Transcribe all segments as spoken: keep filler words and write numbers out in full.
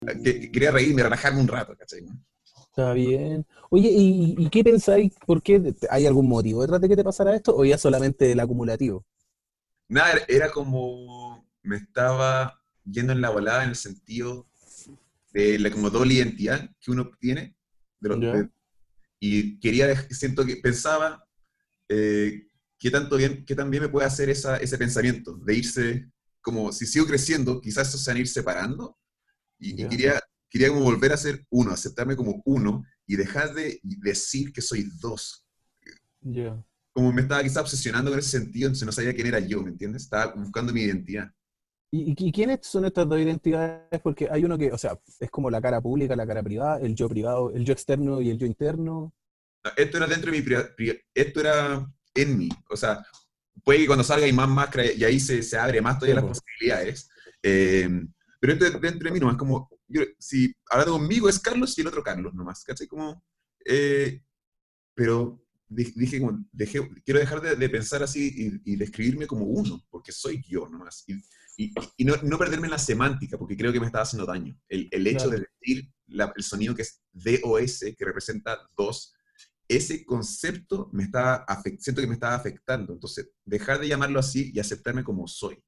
que, que quería reírme, relajarme un rato, ¿cachai? ¿No? Está bien. Oye, ¿y, y qué pensáis? ¿Por qué? te- ¿Hay algún motivo detrás de que te pasara esto? ¿O ya solamente el acumulativo? Nada, era, era como me estaba yendo en la volada en el sentido de la como doble identidad que uno tiene, de lo- ¿Ya? de- y quería, dej- siento que pensaba eh, qué tanto bien, qué tan bien me puede hacer esa, ese pensamiento, de irse, como si sigo creciendo, quizás eso se van a ir separando, y, y ¿Ya? quería, quería como volver a ser uno, aceptarme como uno, y dejar de decir que soy dos. ¿Ya? Como me estaba quizás obsesionando con ese sentido, entonces no sabía quién era yo, ¿me entiendes? Estaba buscando mi identidad. ¿Y, y- y quiénes son estas dos identidades? Porque hay uno que, o sea, es como la cara pública, la cara privada, el yo privado, el yo externo y el yo interno. Esto era dentro de mi, pri- pri- esto era en mí, o sea, puede que cuando salga hay más máscara y ahí se, se abre más todavía Sí, las po. posibilidades. Eh, pero esto es dentro de mí nomás, como, yo, si hablando conmigo es Carlos y el otro Carlos nomás, ¿cachai? Como, eh, pero di- dije, como, dejé, quiero dejar de, de pensar así y, y describirme como uno, porque soy yo nomás. Y, y, y no, no perderme en la semántica, porque creo que me estaba haciendo daño. El, el hecho de Claro. decir la- el sonido que es D O S, que representa dos, ese concepto me está afect- siento que me estaba afectando. Entonces, dejar de llamarlo así y aceptarme como soy.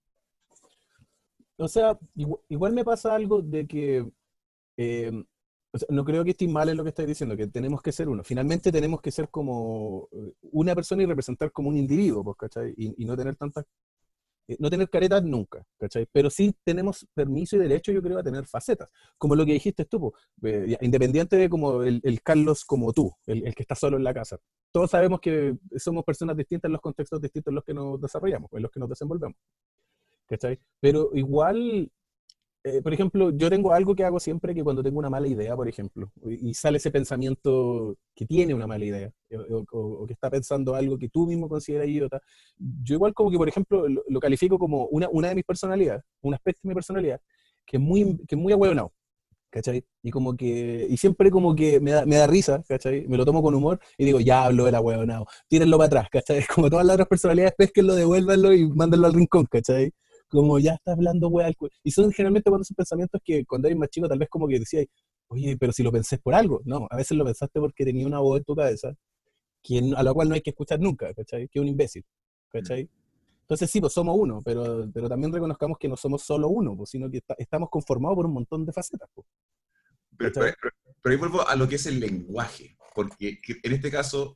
O sea, igu- igual, me pasa algo de que eh, o sea, no creo que estés mal en lo que estás diciendo, que tenemos que ser uno. Finalmente tenemos que ser como eh, una persona y representar como un individuo, pues, ¿cachai? Y, y no tener tantas, eh, no tener caretas nunca, ¿cachai? Pero sí tenemos permiso y derecho, yo creo, a tener facetas. Como lo que dijiste tú, pues, eh, ya, independiente de como el, el Carlos como tú, el, el que está solo en la casa. Todos sabemos que somos personas distintas en los contextos distintos en los que nos desarrollamos, en los que nos desenvolvemos, ¿cachai? Pero igual eh, por ejemplo, yo tengo algo que hago siempre que cuando tengo una mala idea, por ejemplo, y, y sale ese pensamiento que tiene una mala idea, eh, o, o- o que está pensando algo que tú mismo consideras idiota, yo igual como que, por ejemplo, lo, lo califico como una, una de mis personalidades, un aspecto de mi personalidad, que es muy, que es muy ahueonado, ¿cachai? Y como que, y siempre como que me da, me da risa, ¿cachai? Me lo tomo con humor y digo, ya hablo del ahueonado, tírenlo para atrás, ¿cachai? Como todas las otras personalidades, pesquenlo, devuélvanlo y mándenlo al rincón, ¿cachai? Como ya está hablando, wea, al cu-". Y son generalmente cuando son pensamientos que cuando eres más chico tal vez como que decías, oye, pero si lo pensé por algo. No, a veces lo pensaste porque tenía una voz en tu cabeza que, a la cual no hay que escuchar nunca, ¿cachai? Que es un imbécil, Mm. ¿cachai? Entonces sí, pues somos uno, pero, pero también reconozcamos que no somos solo uno, pues, sino que está- estamos conformados por un montón de facetas, pues, Pero, pero- ¿cachai? pero- pero ahí vuelvo a lo que es el lenguaje, porque que- en este caso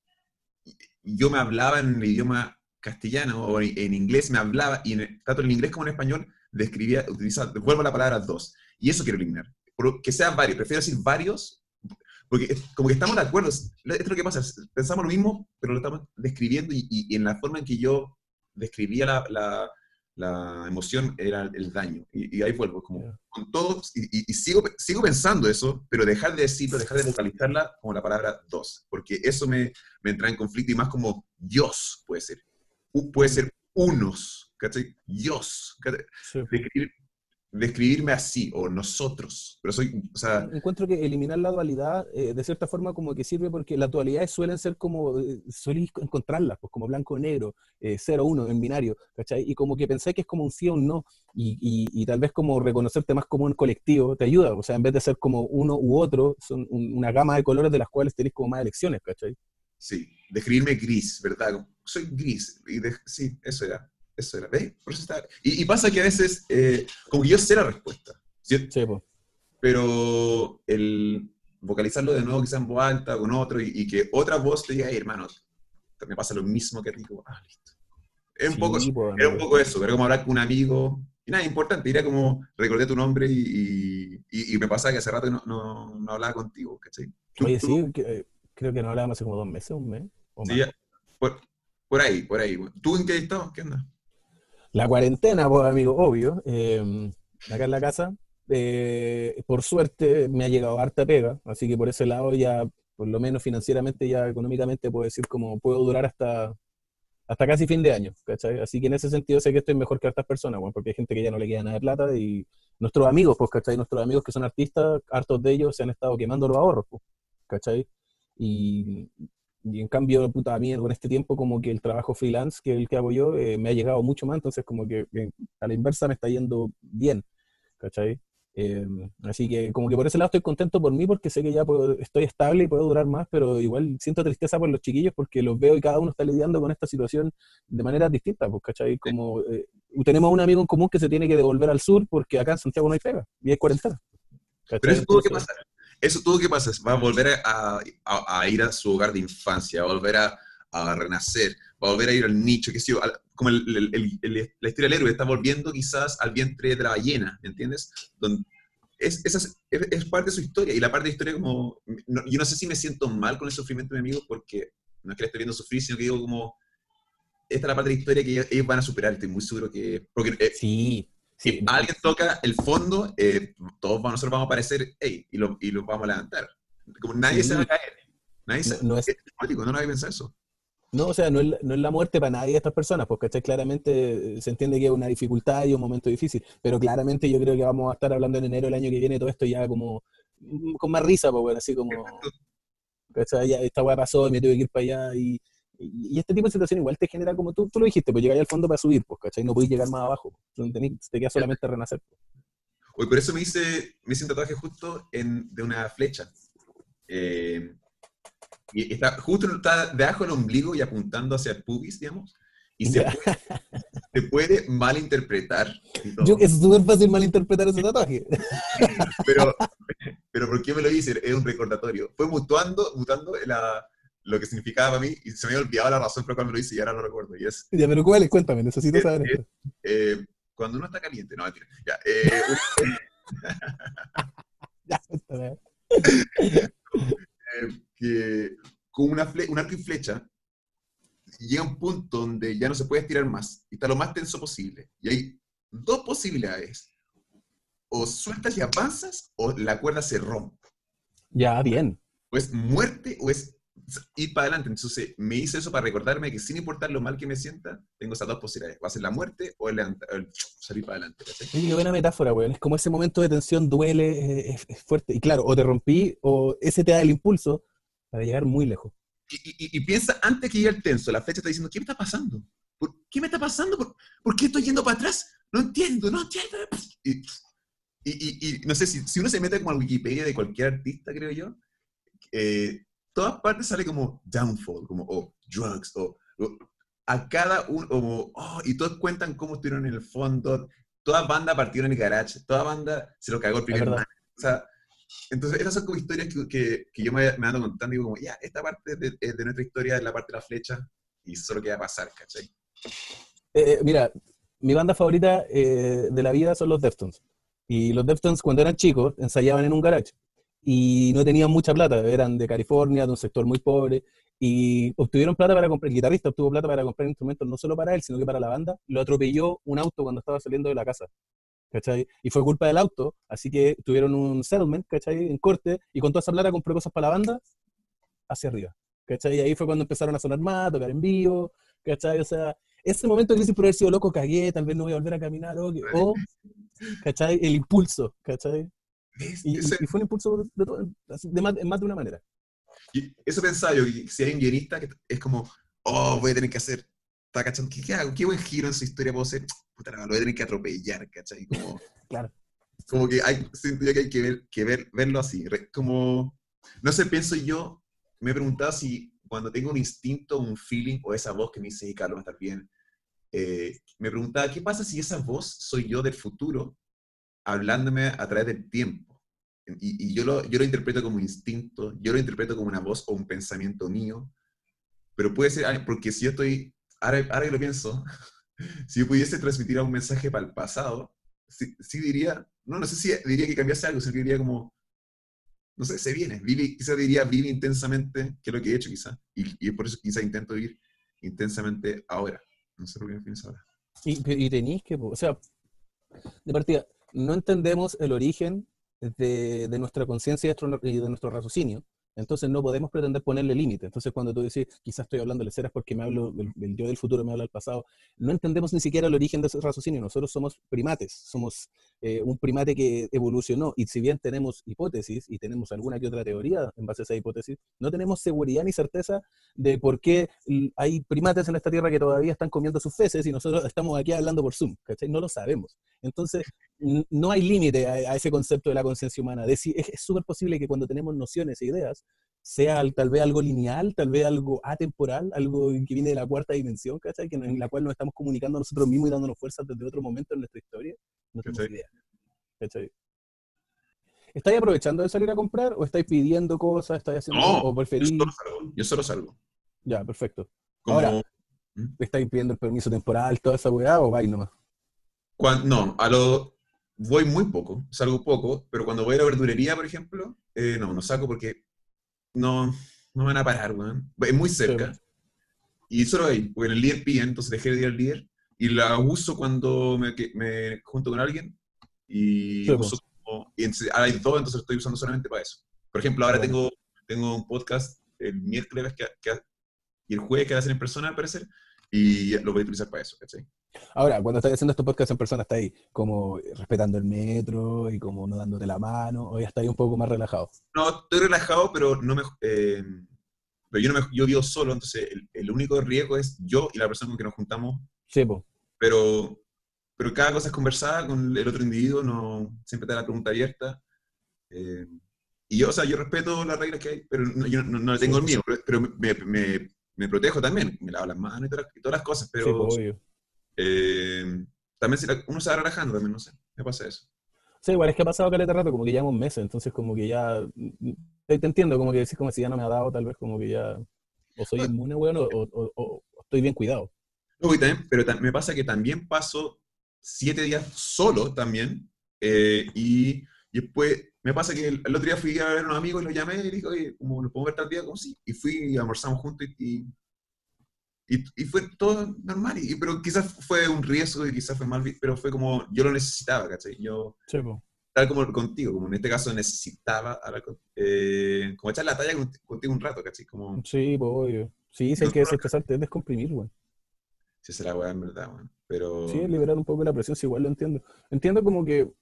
yo me hablaba en el idioma castellano o en, en inglés me hablaba, y en, tanto en inglés como en español describía, utilizaba, vuelvo a la palabra dos, y eso quiero eliminar. Por- que sean varios, prefiero decir varios, porque es como que estamos de acuerdo, esto es lo que pasa, pensamos lo mismo, pero lo estamos describiendo y, y- y en la forma en que yo describía la, la- la emoción era el daño. Y, y ahí vuelvo, como Ya. con todos, y, y- y sigo, sigo pensando eso, pero dejar de decirlo, dejar de vocalizarla como la palabra dos, porque eso me, me entra en conflicto y más como Dios puede ser, U- puede Mm, ser unos, ¿cachai? Dios, ¿cachai? sí, pues. Describir- describirme así, o nosotros, pero soy, o sea, Encuentro que eliminar la dualidad, eh, de cierta forma, como que sirve porque las dualidades suelen ser como, eh, suelen encontrarlas, pues como blanco o negro, eh, cero uno en binario, ¿cachai? Y como que pensáis que es como un sí o un no, y, y, y tal vez como reconocerte más como un colectivo te ayuda, o sea, en vez de ser como uno u otro, son un- una gama de colores de las cuales tenéis como más elecciones, ¿cachai? sí, describirme gris, ¿verdad? Como, soy gris. Y de- sí, eso era. Eso era. ¿Ves? Por eso está- Y, y pasa que a veces, eh, como que yo sé la respuesta, ¿sí? Sí, pues. Pero el vocalizarlo de nuevo, quizá en voz alta con otro, y, y que otra voz te diga, hey, hermano, me pasa lo mismo que a ti. Como, ah, listo. Es un poco, Sí, pues, era un amigo. poco eso, era como hablar con un amigo. Y nada, importante, era como recordé tu nombre y, y, y me pasa que hace rato que no, no, no hablaba contigo, ¿cachai? Tú, Oye, tú, sí, que, eh, creo que no hablábamos hace como dos meses, un mes, o sí, más. ya, por, por ahí, por ahí. ¿Tú en qué estado? ¿Qué onda? La cuarentena, pues, amigo, obvio. Eh, acá en la casa, eh, por suerte, me ha llegado harta pega, así que por ese lado ya, por lo menos financieramente, ya económicamente, puedo decir como puedo durar hasta, hasta casi fin de año, ¿cachai? Así que en ese sentido sé que estoy mejor que hartas personas, bueno, porque hay gente que ya no le queda nada de plata y nuestros amigos, pues, ¿cachai? Nuestros amigos que son artistas, hartos de ellos se han estado quemando los ahorros, pues, ¿cachai? Y, y en cambio, puta, a mí con este tiempo como que el trabajo freelance, que es el que hago yo, eh, me ha llegado mucho más, entonces como que eh, a la inversa me está yendo bien, ¿cachai? Eh, Así que como que por ese lado estoy contento por mí porque sé que ya puedo- estoy estable y puedo durar más, pero igual siento tristeza por los chiquillos porque los veo y cada uno está lidiando con esta situación de maneras distintas, pues, ¿cachai? Como eh, tenemos un amigo en común que se tiene que devolver al sur porque acá en Santiago no hay pega y hay cuarentena, Pero ¿cachai? eso tuvo que Entonces, pasar. Eso tuvo que pasar. Va a volver a, a, a ir a su hogar de infancia, va a volver a, a renacer, va a volver a ir al nicho, que sé yo, al- como el, el, el, el, la historia del héroe está volviendo quizás al vientre de la ballena, ¿me entiendes? Donde es, esa es, es, es, parte de su historia, y la parte de historia como, no, yo no sé si me siento mal con el sufrimiento de mi amigo, porque no es que le esté viendo sufrir, sino que digo como, esta es la parte de la historia que ellos, ellos van a superar, estoy muy seguro que, porque eh, sí, sí, si alguien toca el fondo, eh, todos nosotros vamos a aparecer, hey, y lo, y lo vamos a levantar. Como nadie se va a sí, caer. Nadie no, se, no es, es político, no nadie piensa eso. no, o sea, no es, la- no es la muerte para nadie de estas personas, porque ¿cachai? Claramente eh, se entiende que es una dificultad y un momento difícil, pero claramente yo creo que vamos a estar hablando en enero del año que viene todo esto ya como mm, con más risa, pues bueno, así como, ¿cachai? Ya esta weá pasó y me tuve que ir para allá y, y, y este tipo de situación igual te genera como tú, tú lo dijiste, pues llegáis al fondo para subir, pues, ¿cachai? No podéis llegar más abajo, pues, tenés- te queda solamente renacer. Hoy por eso me hice, me hice un tatuaje justo en, de una flecha. Eh, y está justo está debajo del ombligo y apuntando hacia el pubis, digamos. Y se Ya. puede, se puede malinterpretar y Yo, todo. es súper fácil malinterpretar ese tatuaje. Pero, pero ¿por qué me lo hice? Es un recordatorio. Fue mutuando, mutando la, lo que significaba para mí y se me había olvidado la razón por la cual me lo hice y ahora lo recuerdo. Y es, Ya, pero ¿cuál es? Cuéntame, necesito es, saber es, esto. eh, cuando uno está caliente, no, mentira. Ya, eh, un- Ya, cuéntame. eh, que con una fle- un arco y flecha llega un punto donde ya no se puede estirar más y está lo más tenso posible. Y hay dos posibilidades. O sueltas y avanzas o la cuerda se rompe. Ya, bien. O es muerte o es ir para adelante. Entonces me hice eso para recordarme que sin importar lo mal que me sienta, tengo esas dos posibilidades. Va a ser la muerte o el, el salir para adelante. ¿Cachai? Oye, qué buena metáfora, weón. Es como ese momento de tensión duele, eh, es, es fuerte. Y claro, o te rompí, o ese te da el impulso para llegar muy lejos. Y, y, y piensa antes que llegue el tenso, la flecha está diciendo, ¿qué me está pasando? ¿Por qué me está pasando? ¿Por, ¿por qué estoy yendo para atrás? No entiendo, no entiendo. Y, y, y, y no sé, si, si uno se mete como a Wikipedia de cualquier artista, creo yo, eh, todas partes sale como downfall, como oh, drugs, o oh, a cada uno, como, oh, y todos cuentan cómo estuvieron en el fondo, toda banda partieron en el garage, toda banda se lo cagó el Es primer man. verdad. O sea, entonces esas son como historias que, que, que yo me, me ando contando y digo como, ya, esta parte de, de, nuestra historia es la parte de la flecha y solo queda pasar, ¿cachai? Eh, mira, mi banda favorita eh, de la vida son los Deftones. Y los Deftones, cuando eran chicos, ensayaban en un garage. Y no tenían mucha plata, eran de California, de un sector muy pobre. Y obtuvieron plata para comprar, el guitarrista obtuvo plata para comprar instrumentos no solo para él, sino que para la banda. Lo atropelló un auto cuando estaba saliendo de la casa. ¿Cachai? Y fue culpa del auto, así que tuvieron un settlement, ¿cachai? En corte, y con toda esa plata compró cosas para la banda hacia arriba, ¿cachai? Y ahí fue cuando empezaron a sonar más, tocar en vivo, ¿cachai? O sea, ese momento de crisis por haber sido loco, cagué, tal vez no voy a volver a caminar, o, o ¿cachai? El impulso, ¿cachai? ¿Ves? Y, Eso, y, y fue un impulso de, de, de, más, de más de una manera. y eso pensaba yo, que si hay un guionista que es como, oh, voy a tener que hacer, está cachando, ¿qué, qué hago? ¿Qué buen giro en su historia puedo hacer? Puta, lo voy a tener que atropellar, ¿cachai? Como, Claro. como que hay, siento yo que hay que, ver, que ver, verlo así, como, no sé, pienso yo, me he preguntado si cuando tengo un instinto, un feeling, o esa voz que me dice, hey, Carlos, va a estar bien, eh, me preguntaba, ¿qué pasa si esa voz soy yo del futuro, hablándome a través del tiempo? Y, y yo, lo, yo lo interpreto como instinto, yo lo interpreto como una voz o un pensamiento mío, pero puede ser, porque si yo estoy, ahora, ahora que lo pienso, si yo pudiese transmitir un mensaje para el pasado, sí, sí diría, no, no sé si diría que cambiase algo, sino que diría como, no sé, se viene, vive, quizás diría, vive intensamente, que es lo que he hecho quizás, y, y por eso quizás intento vivir intensamente ahora. No sé por qué me pienso ahora. Y, y tenéis que, o sea, de partida, no entendemos el origen de, de nuestra conciencia y de nuestro raciocinio. Entonces no podemos pretender ponerle límite. Entonces cuando tú decís, quizás estoy hablando de escenas porque me hablo del, del yo del futuro, me habla del pasado, no entendemos ni siquiera el origen de ese raciocinio. Nosotros somos primates, somos eh, un primate que evolucionó, y si bien tenemos hipótesis y tenemos alguna que otra teoría en base a esa hipótesis, no tenemos seguridad ni certeza de por qué hay primates en esta tierra que todavía están comiendo sus feces y nosotros estamos aquí hablando por Zoom, ¿cachai? No lo sabemos. Entonces, no hay límite a, a ese concepto de la conciencia humana. De si, es súper posible que cuando tenemos nociones e ideas, sea tal vez algo lineal, tal vez algo atemporal, algo que viene de la cuarta dimensión, ¿cachai? Que, en la cual nos estamos comunicando nosotros mismos y dándonos fuerzas desde otro momento en nuestra historia. No tenemos idea, ¿cachai? ¿Estáis aprovechando de salir a comprar o estáis pidiendo cosas? ¿Estáis haciendo No, o preferís? yo solo salgo. Yo solo salgo. Ya, perfecto. Como... Ahora, ¿estáis pidiendo el permiso temporal, toda esa weá, o vais nomás? Cuando, no, a lo voy muy poco, salgo poco, pero cuando voy a la verdulería, por ejemplo, eh, no, no saco porque no, no me van a parar, weón. Es muy cerca. Sí. Y solo ahí, porque en el líder piden, entonces dejé de ir al líder. Y la uso cuando me, me junto con alguien. Y Sí, uso como, y ahora hay dos, entonces lo estoy usando solamente para eso. Por ejemplo, ahora bueno. tengo, tengo un podcast el miércoles que, que, y el jueves que va a ser en persona, al parecer. Y lo voy a utilizar para eso, ¿cachai? Ahora, cuando estás haciendo estos podcasts en persona, ¿estás ahí como respetando el metro y como no dándote la mano, o ya estás ahí un poco más relajado? No, estoy relajado, pero no me... Eh, pero yo, no me, yo vivo solo, entonces el, el único riesgo es yo y la persona con que nos juntamos. Sí, pues. Pero, pero cada cosa es conversada con el otro individuo, no, siempre te da la pregunta abierta. Eh, y yo, o sea, yo respeto las reglas que hay, pero no, yo no, no le tengo Sí, el mío, pero, pero me, me, me, protejo también, me lavo las manos y todas, y todas las cosas, sí, pero pues, obvio. eh, también si la, uno se va relajando también, no sé, me pasa eso. Sí, igual es que ha pasado caleta rato, como que llevamos meses, entonces como que ya, te, te entiendo, como que decís como si ya no me ha dado, tal vez como que ya, o soy inmune, weón, o, o, o, o estoy bien cuidado. No, y también, pero tam, me pasa que también paso siete días solo también, eh, y, y después me pasa que el, el otro día fui a ver a unos amigos y los llamé y dije, oye, ¿cómo nos podemos ver tal día? Como sí, y fui y almorzamos juntos y, y, y fue todo normal, y, pero quizás fue un riesgo y quizás fue mal, pero fue como, yo lo necesitaba, ¿cachai? Yo, Sí, pues. tal como contigo, como en este caso necesitaba hablar con, eh, como echar la talla contigo un rato, ¿cachai? Como, Sí, pues, obvio. Sí, si hay que desestresarte, es descomprimir, weón. si será weá en verdad, weón. Pero, Sí, es liberar un poco la presión, si igual lo entiendo. Entiendo como que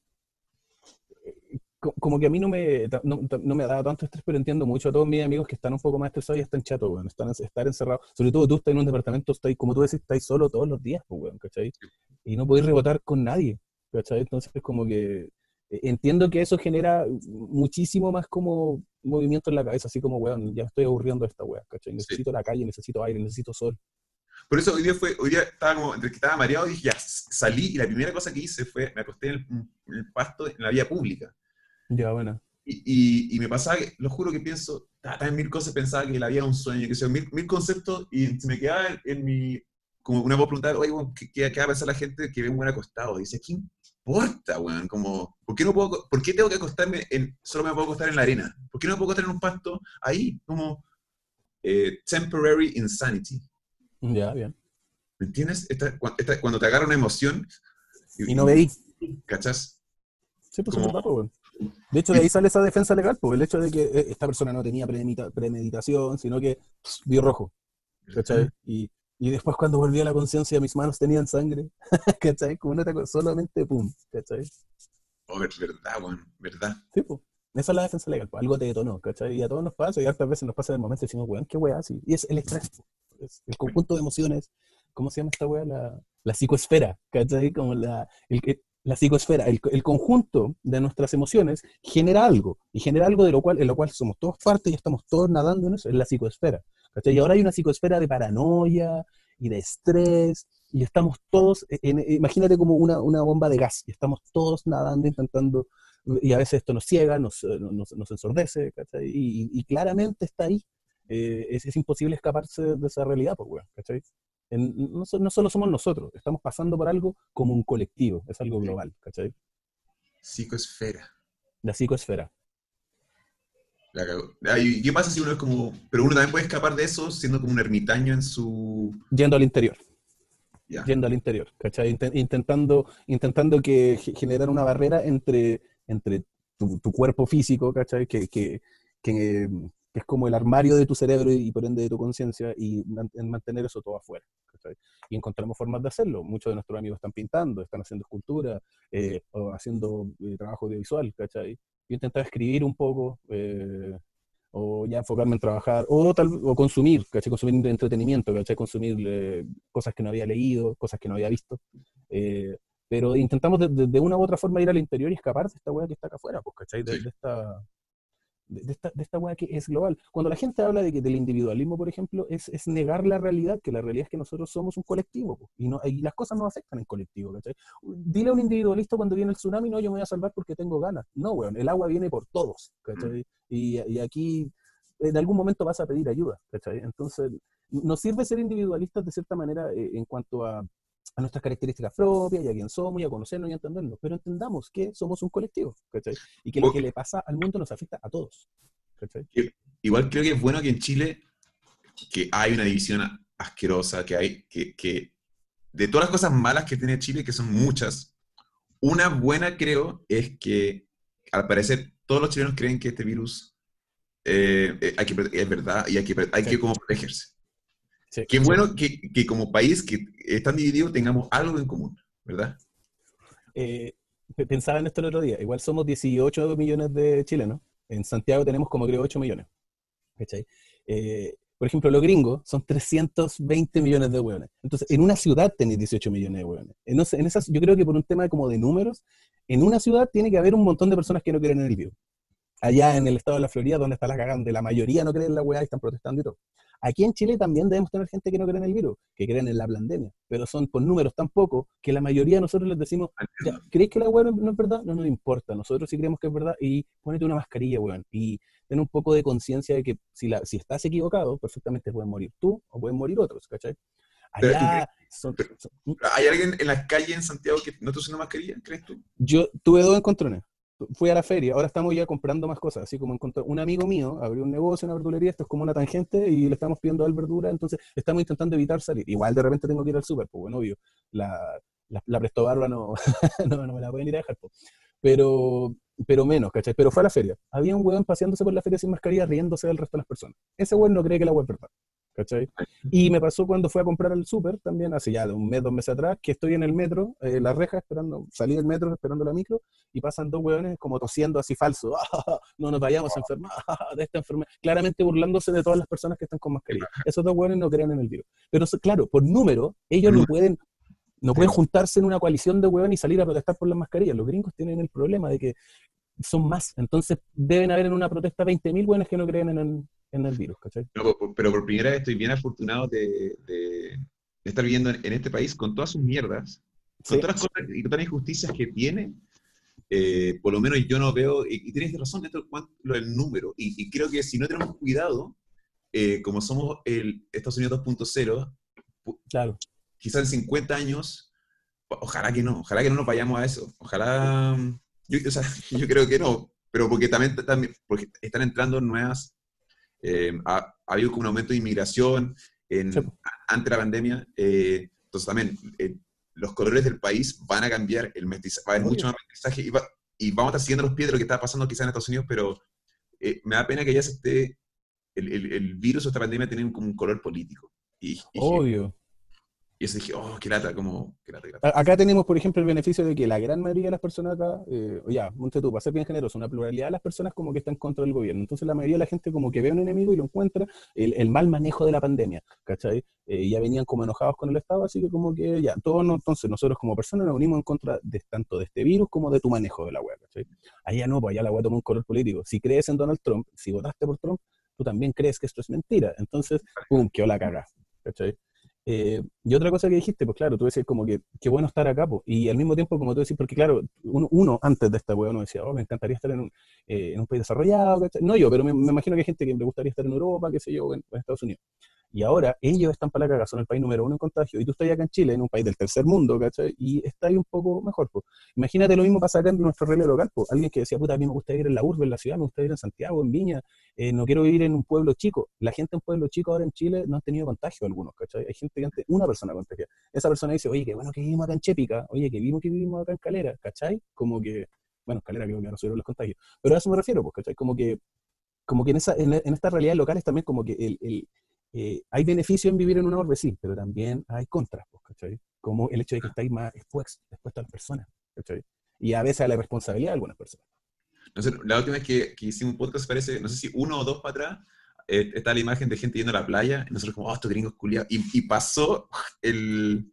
como que a mí no me, no, no me ha dado tanto estrés, pero entiendo mucho a todos mis amigos que están un poco más estresados y están chatos, weón, están estar encerrados. Sobre todo tú estás en un departamento, estás, como tú decís, estás solo todos los días, pues, weón, ¿cachai? Y no podés rebotar con nadie, ¿cachai? Entonces es como que eh, entiendo que eso genera muchísimo más como movimiento en la cabeza, así como, weón, ya me estoy aburriendo de esta weá, ¿cachai? sí. Necesito la calle, necesito aire, necesito sol. Por eso hoy día fue, hoy día estaba como, entre que estaba mareado y dije, ya, salí y la primera cosa que hice fue, me acosté en el, en el pasto en la vía pública. Ya, bueno. Y, y, y me pasaba, que, lo juro que pienso, también mil cosas pensaba que la vida era un sueño, que sea, mil, mil conceptos, y se me quedaba en, en mi, como una voz preguntar, oye, bueno, ¿qué, qué, ¿qué va a pensar la gente que ve un buen acostado? Y dice, ¿qué importa, weón? Como, ¿por qué no puedo, por qué tengo que acostarme en, solo me puedo acostar en la arena? ¿Por qué no me puedo acostar en un pasto ahí? Como, eh, temporary insanity. Ya, bien. ¿Me entiendes? Esta, esta, cuando te agarra una emoción Y no y, y veí. ¿cachas? Sí, pues es Como, verdad, pues, weón. De hecho, de y, ahí sale esa defensa legal, pues el hecho de que eh, esta persona no tenía premedita- premeditación, sino que pss, vio rojo, ¿cachai? Y, y después cuando volví a la conciencia, mis manos tenían sangre, ¿cachai? Como una cosa, solamente pum, ¿cachai? oh, verdad, bueno, verdad. Sí, pues. Esa es la defensa legal, pues algo te detonó, ¿cachai? Y a todos nos pasa, y hartas veces nos pasa en el momento y decimos, weón, qué weá, sí. Y es el estrés, po. Es el conjunto de emociones, ¿cómo se llama esta weá? La, la psicoesfera, ¿cachai? Como la, el, el- la psicoesfera, el, el conjunto de nuestras emociones genera algo, y genera algo de lo cual, en lo cual somos todos parte y estamos todos nadando en eso, en la psicoesfera, ¿cachai? Y ahora hay una psicoesfera de paranoia y de estrés, y estamos todos, en- en- imagínate como una, una bomba de gas, y estamos todos nadando intentando y a veces esto nos ciega, nos, nos, nos ensordece, ¿cachai? Y, y claramente está ahí. Eh, es, es imposible escaparse de esa realidad, pues, weón, ¿cachai? En- no, so- no solo somos nosotros, estamos pasando por algo como un colectivo, es algo global, ¿cachai? Psicoesfera. La psicoesfera. La cagó. Ah, ¿y qué pasa si uno es como... Pero uno también puede escapar de eso siendo como un ermitaño en su... Yendo al interior, Ya. yendo al interior, ¿cachai? Inten- intentando, intentando que ge- generar una barrera entre, entre tu, tu cuerpo físico, ¿cachai? Que, que, que, que es como el armario de tu cerebro y, y por ende de tu conciencia, y man, en mantener eso todo afuera, ¿cachai? Y encontramos formas de hacerlo. Muchos de nuestros amigos están pintando, están haciendo escultura, eh, o haciendo eh, trabajo audiovisual, ¿cachai? Yo intentaba escribir un poco, eh, o ya enfocarme en trabajar, o, tal, o consumir, ¿cachai? Consumir entretenimiento, ¿cachai? Consumir eh, cosas que no había leído, cosas que no había visto. Eh, pero intentamos de, de, de, una u otra forma ir al interior y escapar de esta weá que está acá afuera, pues, ¿cachai? De, Sí. de esta... De, de, esta, de esta weá que es global. Cuando la gente habla de que del individualismo, por ejemplo, es, es negar la realidad, que la realidad es que nosotros somos un colectivo, po, y, no, y las cosas nos afectan en colectivo, ¿cachai? Dile a un individualista cuando viene el tsunami, no, yo me voy a salvar porque tengo ganas. No, weón, el agua viene por todos, ¿cachai? Y, y aquí en algún momento vas a pedir ayuda, ¿cachai? Entonces, nos sirve ser individualistas de cierta manera eh, en cuanto a a nuestras características propias, y a quién somos, y a conocernos y a entendernos, pero entendamos que somos un colectivo, ¿cachai? Y que lo que le pasa al mundo nos afecta a todos, ¿cachai? Igual creo que es bueno que en Chile, que hay una división asquerosa, que hay, que, que de todas las cosas malas que tiene Chile, que son muchas, una buena creo es que al parecer todos los chilenos creen que este virus eh, eh, hay que, es verdad y hay que, hay sí. que como protegerse. Sí, Qué bueno sí. que, que como país que están divididos tengamos algo en común, ¿verdad? Eh, pensaba en esto el otro día. Igual somos dieciocho millones de chilenos. En Santiago tenemos como creo ocho millones. ¿Cachai? Eh, por ejemplo, los gringos son trescientos veinte millones de hueones. Entonces, en una ciudad tenéis dieciocho millones de hueones. En, en esas, yo creo que por un tema como de números, en una ciudad tiene que haber un montón de personas que no creen en el virus. Allá en el estado de la Florida, donde está la cagante, la mayoría no creen en la hueá y están protestando y todo. Aquí en Chile también debemos tener gente que no cree en el virus, que creen en la pandemia, pero son por números tan pocos que la mayoría de nosotros les decimos, ya, ¿creéis que la hueá no, no es verdad? No nos importa, nosotros sí creemos que es verdad, y ponete una mascarilla, weón, y ten un poco de conciencia de que si, la, si estás equivocado, perfectamente pueden morir tú o pueden morir otros, ¿cachai? Allá son, son, ¿hay alguien en la calle en Santiago que no está usando mascarilla, crees tú? Yo tuve dos encontrones. Fui a la feria, ahora estamos ya comprando más cosas, así como encontré un amigo mío, abrió un negocio, una verdulería, esto es como una tangente, y le estamos pidiendo a él verdura, entonces estamos intentando evitar salir. Igual de repente tengo que ir al súper, pues bueno, obvio, la, la, la Presto Barba no, no, no me la pueden ir a dejar, pues. Pero, pero menos, ¿cachai? Pero fue a la feria. Había un weón paseándose por la feria sin mascarilla, riéndose del resto de las personas. Ese weón no cree que la weón es verdad, ¿cachai? Y me pasó cuando fui a comprar al súper también, hace ya de un mes, dos meses atrás, que estoy en el metro, eh, la reja, esperando, salí del metro esperando la micro, y pasan dos hueones como tosiendo así falso, no nos vayamos a enfermar de esta enfermedad, claramente burlándose de todas las personas que están con mascarilla. Esos dos hueones no creen en el virus. Pero claro, por número, ellos no pueden, no pueden juntarse en una coalición de hueones y salir a protestar por las mascarillas. Los gringos tienen el problema de que son más, entonces deben haber en una protesta veinte mil hueones que no creen en el, en el virus, ¿cachai? No, pero por primera vez estoy bien afortunado de, de, de estar viviendo en, en este país con todas sus mierdas, con sí. todas las cosas y todas las injusticias que tiene. Eh, por lo menos yo no veo, y, y tienes razón esto lo del número, y, y creo que si no tenemos cuidado, eh, como somos el Estados Unidos dos punto cero, claro. quizás en cincuenta años, ojalá que no, ojalá que no nos vayamos a eso, ojalá, yo, o sea, yo creo que no, pero porque también, también porque están entrando nuevas, eh, ha, ha habido como un aumento de inmigración en, sí. ante la pandemia, eh, entonces también eh, los colores del país van a cambiar, el mestizaje, va a haber mucho más mestizaje y, va, y vamos a estar siguiendo los pies de lo que está pasando quizás en Estados Unidos, pero eh, me da pena que ya se esté, el, el, el virus o esta pandemia tiene como un color político. Y, y obvio. Y eso dije, oh, qué lata, como, qué lata, qué lata. Acá tenemos, por ejemplo, el beneficio de que la gran mayoría de las personas acá, eh, ya, monte tú, para ser bien generoso, una pluralidad de las personas como que están contra el gobierno. Entonces la mayoría de la gente como que ve a un enemigo y lo encuentra, el, el mal manejo de la pandemia, ¿cachai? Eh, ya venían como enojados con el Estado, así que como que ya, todos no, entonces nosotros como personas nos unimos en contra de tanto de este virus como de tu manejo de la web, ¿cachai? Allá no, pues allá la web toma un color político. Si crees en Donald Trump, si votaste por Trump, tú también crees que esto es mentira. Entonces, pum, quedó la caga, ¿cachai? Eh, y otra cosa que dijiste, pues claro, tú decías como que qué bueno estar acá, pues, y al mismo tiempo como tú decís, porque claro, uno, uno antes de esta weá uno decía, oh, me encantaría estar en un, eh, en un país desarrollado, ¿cachai? No yo, pero me, me imagino que hay gente que le gustaría estar en Europa, qué sé yo, en, en Estados Unidos. Y ahora ellos están para la caga, son el país número uno en contagio, y tú estás acá en Chile, en un país del tercer mundo, ¿cachai? Y está ahí un poco mejor, pues. Imagínate lo mismo pasa acá en nuestro reloj local, pues. Alguien que decía, puta, a mí me gusta vivir en la urbe, en la ciudad, me gusta vivir en Santiago, en Viña, eh, no quiero vivir en un pueblo chico. La gente en pueblo chico ahora en Chile no han tenido contagio algunos, ¿cachai? Hay gente que antes, una persona contagia. Esa persona dice, oye, qué bueno que vivimos acá en Chépica, oye, que vivimos que vivimos acá en Calera, ¿cachai? Como que, bueno, Calera creo que ahora subieron los contagios. Pero a eso me refiero, pues, ¿cachai? Como que como que en, esa, en, en estas realidades locales también como que el, el, eh, hay beneficio en vivir en una orbe, sí, pero también hay contras, pues, ¿cachai? Como el hecho de que estáis más expuestos, expuestos a las personas, ¿cachai? Y a veces a la responsabilidad de algunas personas. No sé, la última vez que, que hicimos un podcast parece, no sé si uno o dos para atrás, eh, está la imagen de gente yendo a la playa, y nosotros como, oh, estos gringos culiados, y, y pasó el...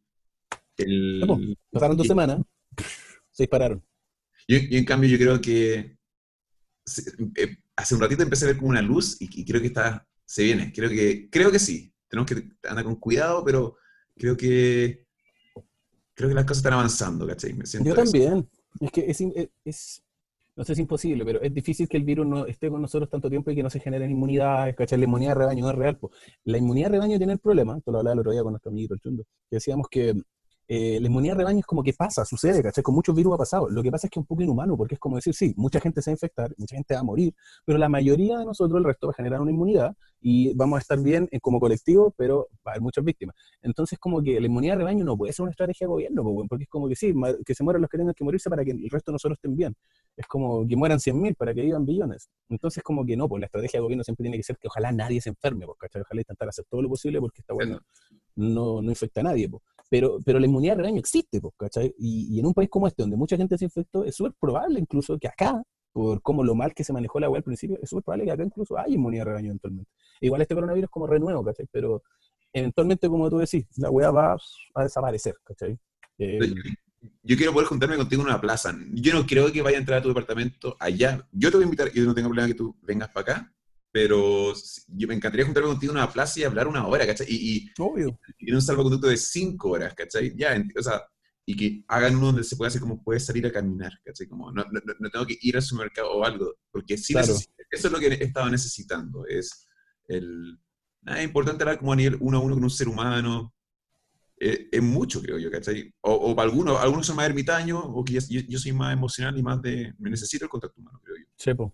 Ya, pues, el pasaron dos y, semanas, se dispararon. y- y en cambio yo creo que se- eh, hace un ratito empecé a ver como una luz y, y creo que está, se viene, creo que, creo que sí, tenemos que andar con cuidado, pero creo que, creo que las cosas están avanzando, ¿cachai? Me Yo siento eso. también. Es que es, in- es, es- no sé si es imposible, pero es difícil que el virus no esté con nosotros tanto tiempo y que no se generen inmunidades, ¿cachai? La inmunidad de rebaño no es real, po. La inmunidad de rebaño tiene el problema, esto lo hablaba el otro día con nuestro amiguito el Chundo, que decíamos que eh, la inmunidad de rebaño es como que pasa, sucede, ¿cachai? Con muchos virus ha pasado. Lo que pasa es que es un poco inhumano, porque es como decir, sí, mucha gente se va a infectar, mucha gente va a morir, pero la mayoría de nosotros, el resto, va a generar una inmunidad y vamos a estar bien eh, como colectivo, pero va a haber muchas víctimas. Entonces, como que la inmunidad de rebaño no puede ser una estrategia de gobierno, po, weón, porque es como que sí, ma- que se mueran los que tengan que morirse para que el resto de nosotros estén bien. Es como que mueran cien mil para que vivan billones. Entonces, como que no, pues la estrategia de gobierno siempre tiene que ser que ojalá nadie se enferme, pues, ¿cachai? Ojalá intentar hacer todo lo posible porque esta bueno no, no infecta a nadie, pues. Pero, pero la inmunidad de rebaño existe, pues, ¿cachai? Y, y en un país como este, donde mucha gente se infectó, es súper probable incluso que acá, por cómo lo mal que se manejó la web al principio, es súper probable que acá incluso haya inmunidad de rebaño eventualmente. Igual este coronavirus es como renuevo, ¿cachai? Pero eventualmente, como tú decís, la web va a desaparecer, ¿cachai? Eh, Yo quiero poder juntarme contigo en una plaza. Yo no creo que vaya a entrar a tu departamento allá. Yo te voy a invitar, yo no tengo problema que tú vengas para acá, pero si- yo me encantaría juntarme contigo en una plaza y hablar una hora, ¿cachai? Y, y, obvio. y en un salvoconducto de cinco horas, ¿cachai? Ya, ent- o sea, y que hagan uno donde se pueda hacer como puedes salir a caminar, ¿cachai? Como no, no, no tengo que ir al supermercado o algo, porque sí Claro. necesito, eso es lo que he estado necesitando, es el... Nada, es importante hablar como a nivel uno a uno con un ser humano, eh, es mucho, creo yo, ¿cachai? O, o para algunos, algunos son más ermitaños, o que yo, yo soy más emocional y más de, me necesito el contacto humano, creo yo. Chepo.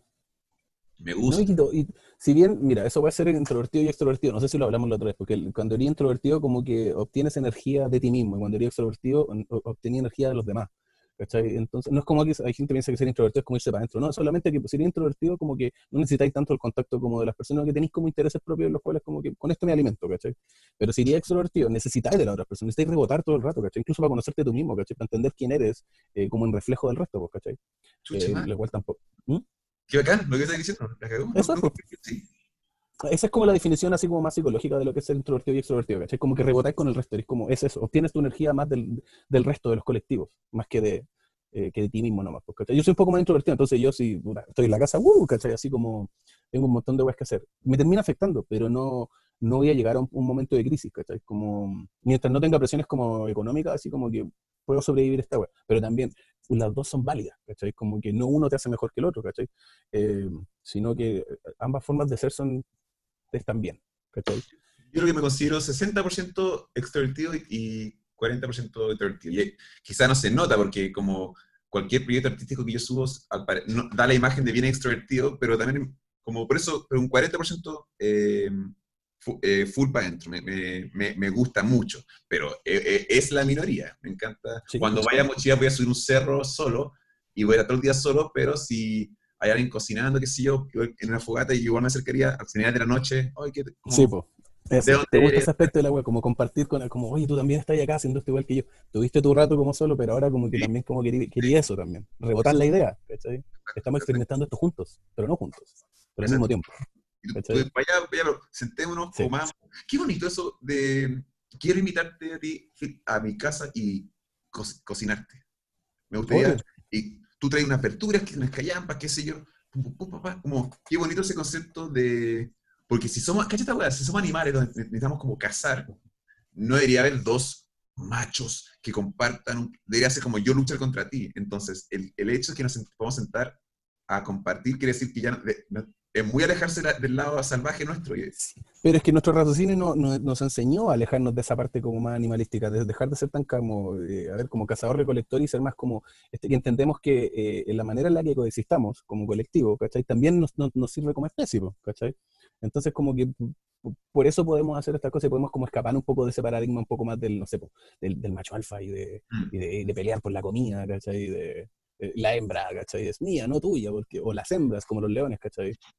Me No, y, gusta. quito- y si bien, mira, eso puede ser introvertido y extrovertido, no sé si lo hablamos la otra vez, porque el- cuando eres introvertido como que obtienes energía de ti mismo, y cuando eres extrovertido o- o- obtienes energía de los demás, ¿cachai? Entonces, no es como que hay gente que piensa que ser introvertido es como irse para adentro, no, solamente que si eres introvertido como que no necesitáis tanto el contacto como de las personas que tenéis como intereses propios, los cuales como que con esto me alimento, ¿cachai? Pero si eres extrovertido, necesitáis de la otra persona, necesitáis rebotar todo el rato, ¿cachai? Incluso para conocerte tú mismo, ¿cachai? Para entender quién eres, eh, como en reflejo del resto, pues, ¿cachai? Chucha, Eh, man. lo cual tampoco. ¿Mm? Qué bacán lo que estás diciendo. La cagó. No, Eso es, nunca pues. sí. Esa es como la definición así como más psicológica de lo que es ser introvertido y extrovertido, ¿cachai? Como que rebotáis con el resto, es como, es eso, obtienes tu energía más del, del resto de los colectivos, más que de, eh, que de ti mismo nomás, pues, ¿cachai? Yo soy un poco más introvertido, entonces yo si puta, estoy en la casa, uh, ¿cachai? Así como tengo un montón de cosas que hacer. Me termina afectando, pero no, no voy a llegar a un, un momento de crisis, ¿cachai? Como, mientras no tenga presiones como económicas, así como que puedo sobrevivir esta wea, pero también las dos son válidas, ¿cachai? Como que no uno te hace mejor que el otro, ¿cachai? Eh, sino que ambas formas de ser son están bien, ¿cachai? Yo creo que me considero sesenta por ciento extrovertido y y cuarenta por ciento introvertido. Y quizá no se nota porque como cualquier proyecto artístico que yo subo al pare- no- da la imagen de bien extrovertido, pero también como por eso, pero un cuarenta por ciento eh, fu- eh, full para adentro. Me, me- me- me gusta mucho, pero eh, eh, es la minoría. Me encanta. Sí, Cuando pues. vaya a mochila voy a subir un cerro solo y voy a estar todo el día solo, pero si hay alguien cocinando, qué sé yo, en una fogata y igual me acercaría al final de la noche, ay, qué, Sí, como, pues. ¿de Eso. dónde ¿Te gusta eres? ese aspecto de la web? Como compartir con, como, oye, tú también estás acá haciendo esto igual que yo. Tuviste tu rato como solo, pero ahora como que Sí, también como querí, sí, querí eso también. Rebotar eso, la idea, ¿cachai? exacto, Estamos exacto, experimentando esto juntos, pero no juntos, pero al mismo exacto. tiempo, Y tú, tú ¿cachai? para allá, para allá, pero sentémonos, Sí. comamos. Qué bonito eso de, quiero invitarte a ti a mi casa y co cocinarte. Me gustaría, Obvio. y tú traes unas aperturas, unas callampas, qué sé yo, pum, pum, pum, papá, como, qué bonito ese concepto de, porque si somos, cállate esta weá, si somos animales donde necesitamos como cazar, no debería haber dos machos que compartan, un, debería ser como yo luchar contra ti. Entonces, el, el hecho de que nos podamos sentar a compartir quiere decir que ya no, de, no, es muy alejarse la, del lado salvaje nuestro. Y, Sí. Pero es que nuestro raciocinio no, no- nos enseñó a alejarnos de esa parte como más animalística, de dejar de ser tan como, eh, a ver, como cazador-recolector y ser más como, este, que entendemos que eh, en la manera en la que coexistamos como colectivo, ¿cachai? También nos, nos, nos sirve como especie, po, ¿cachai? Entonces como que p- por eso podemos hacer estas cosas y podemos como escapar un poco de ese paradigma un poco más del, no sé, po, del, del macho alfa y de, y de, y de pelear por la comida, ¿cachai? De, eh, la hembra, ¿cachai? Es mía, no tuya, porque, o las hembras como los leones, ¿cachai?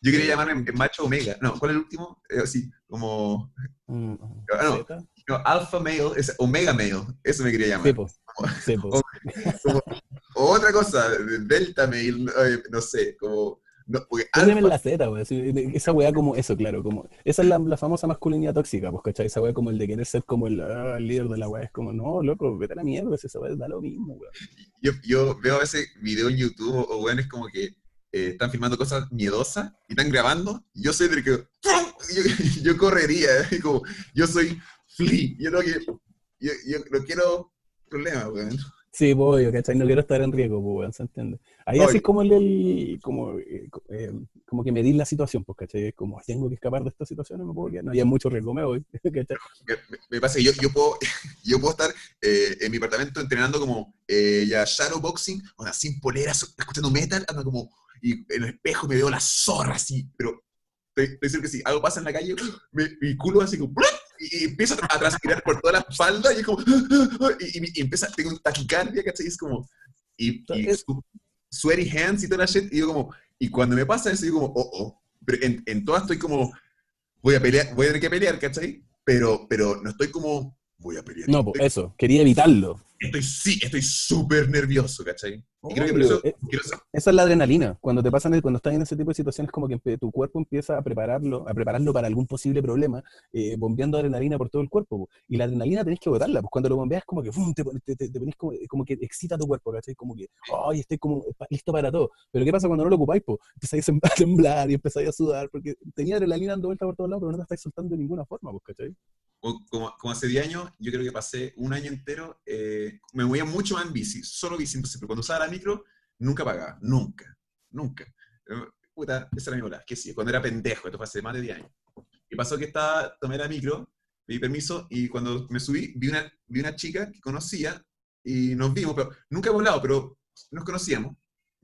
Yo quería Eh, llamarme macho omega. No, ¿cuál es el último? Eh, sí, como... mm, ah, no, Z. no, alpha male, es omega male. Eso me quería Sí, llamar. po. Sí, po. O, como, o otra cosa, delta male, eh, no sé, como... No, porque Póngame en alfa... la Z, weón. Sí, esa weá como eso, claro. Como, esa es la, la famosa masculinidad tóxica, pues, ¿cachai? Esa weá como el de querer ser como el, ah, el líder de la weá. Es como, no, loco, vete a la mierda, esa weá da lo mismo, weón. Yo, yo veo a veces videos en YouTube o, o bueno, es como que eh, están filmando cosas miedosas y están grabando. Y yo soy del que... Yo, yo correría, ¿eh? Como, yo soy Flea. Yo no, que, yo, yo no quiero problemas, weón. Sí, pues, obvio, ¿cachai? No quiero estar en riesgo, pues, weón, ¿se entiende? Ahí No, así es como el, el- como, eh, co- eh, como que medir la situación, pues, ¿cachai? Es como, tengo que escapar de esta situación, no me puedo quedar, no hay mucho riesgo, me voy, ¿cachai? me, me pasa que yo, yo, puedo, yo puedo estar eh, en mi apartamento entrenando como eh, ya shadowboxing, o sea, sin polera, so- escuchando metal, ando como, y en el espejo me veo la zorra así, pero estoy, estoy seguro que si algo pasa en la calle, me, mi culo así como, ¡plum! y, y empiezo a transpirar por toda la espalda, y es como, y, y, y empieza, tengo un taquicardia, ¿cachai? Y es como, y, y Es- su, sweaty hands y toda la shit, y yo como, y cuando me pasa eso, yo como, oh, oh, pero en, en todas estoy como, voy a pelear, voy a tener que pelear, ¿cachai? Pero, pero no estoy como, voy a pelear. no, pues, Estoy, eso, quería evitarlo. estoy sí, estoy súper nervioso, ¿cachai? Y creo que por Obvio, eso eh, quiero ser, esa es la adrenalina. Cuando te pasan, el- cuando estás en ese tipo de situaciones, como que empe- tu cuerpo empieza a prepararlo, a prepararlo para algún posible problema, eh, bombeando adrenalina por todo el cuerpo, po. Y la adrenalina tenés que botarla, pues cuando lo bombeas como que ¡fum! te, pon- te, te, te ponés como, como que excita tu cuerpo, ¿cachai? Como que, ¡ay! Estoy como pa- listo para todo. Pero ¿qué pasa cuando no lo ocupáis, pues? Empezáis a sem- a temblar y empezáis a sudar, porque tenía adrenalina dando vuelta por todos lados, pero no te estáis soltando de ninguna forma, pues, ¿cachai? como, como hace diez años, yo creo que pasé un año entero, eh, me movía mucho más en bici, solo bici, entonces, pero cuando usaba la micro, nunca pagaba, nunca, nunca. Eh, Puta, esa era mi bola, que sí, cuando era pendejo, esto fue hace más de diez años. Y pasó que estaba, tomé la micro, pedí permiso, y cuando me subí, vi una, vi una chica que conocía, y nos vimos, pero nunca hemos hablado, pero nos conocíamos.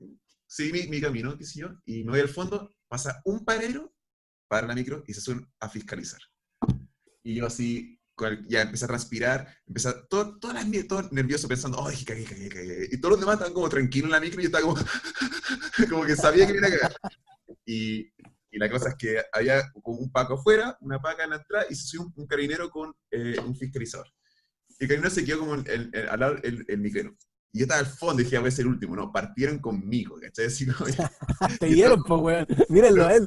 Seguí mi, mi camino, qué sé yo, y me voy al fondo, pasa un paradero, para la micro, y se suben a fiscalizar. Y yo así, con ya empecé a transpirar, empecé a, todo, todas las, mie- todo nervioso pensando, ¡ay, cagué, cagué, cagué! Y todos los demás estaban como tranquilos en la micro y yo estaba como, como que sabía que me iba a cagar. Y, y la cosa es que había como un paco afuera, una paca en la entrada y se subió un, un carabinero con eh, un fiscalizador. Y el carabinero se quedó como el, el, el, al lado el, el micrero. Y yo estaba al fondo y dije, "Ah, voy a ser el último". No, partieron conmigo, ¿cachai? Así como, Te y esto, vieron, pues, weón. Mírenlo a él.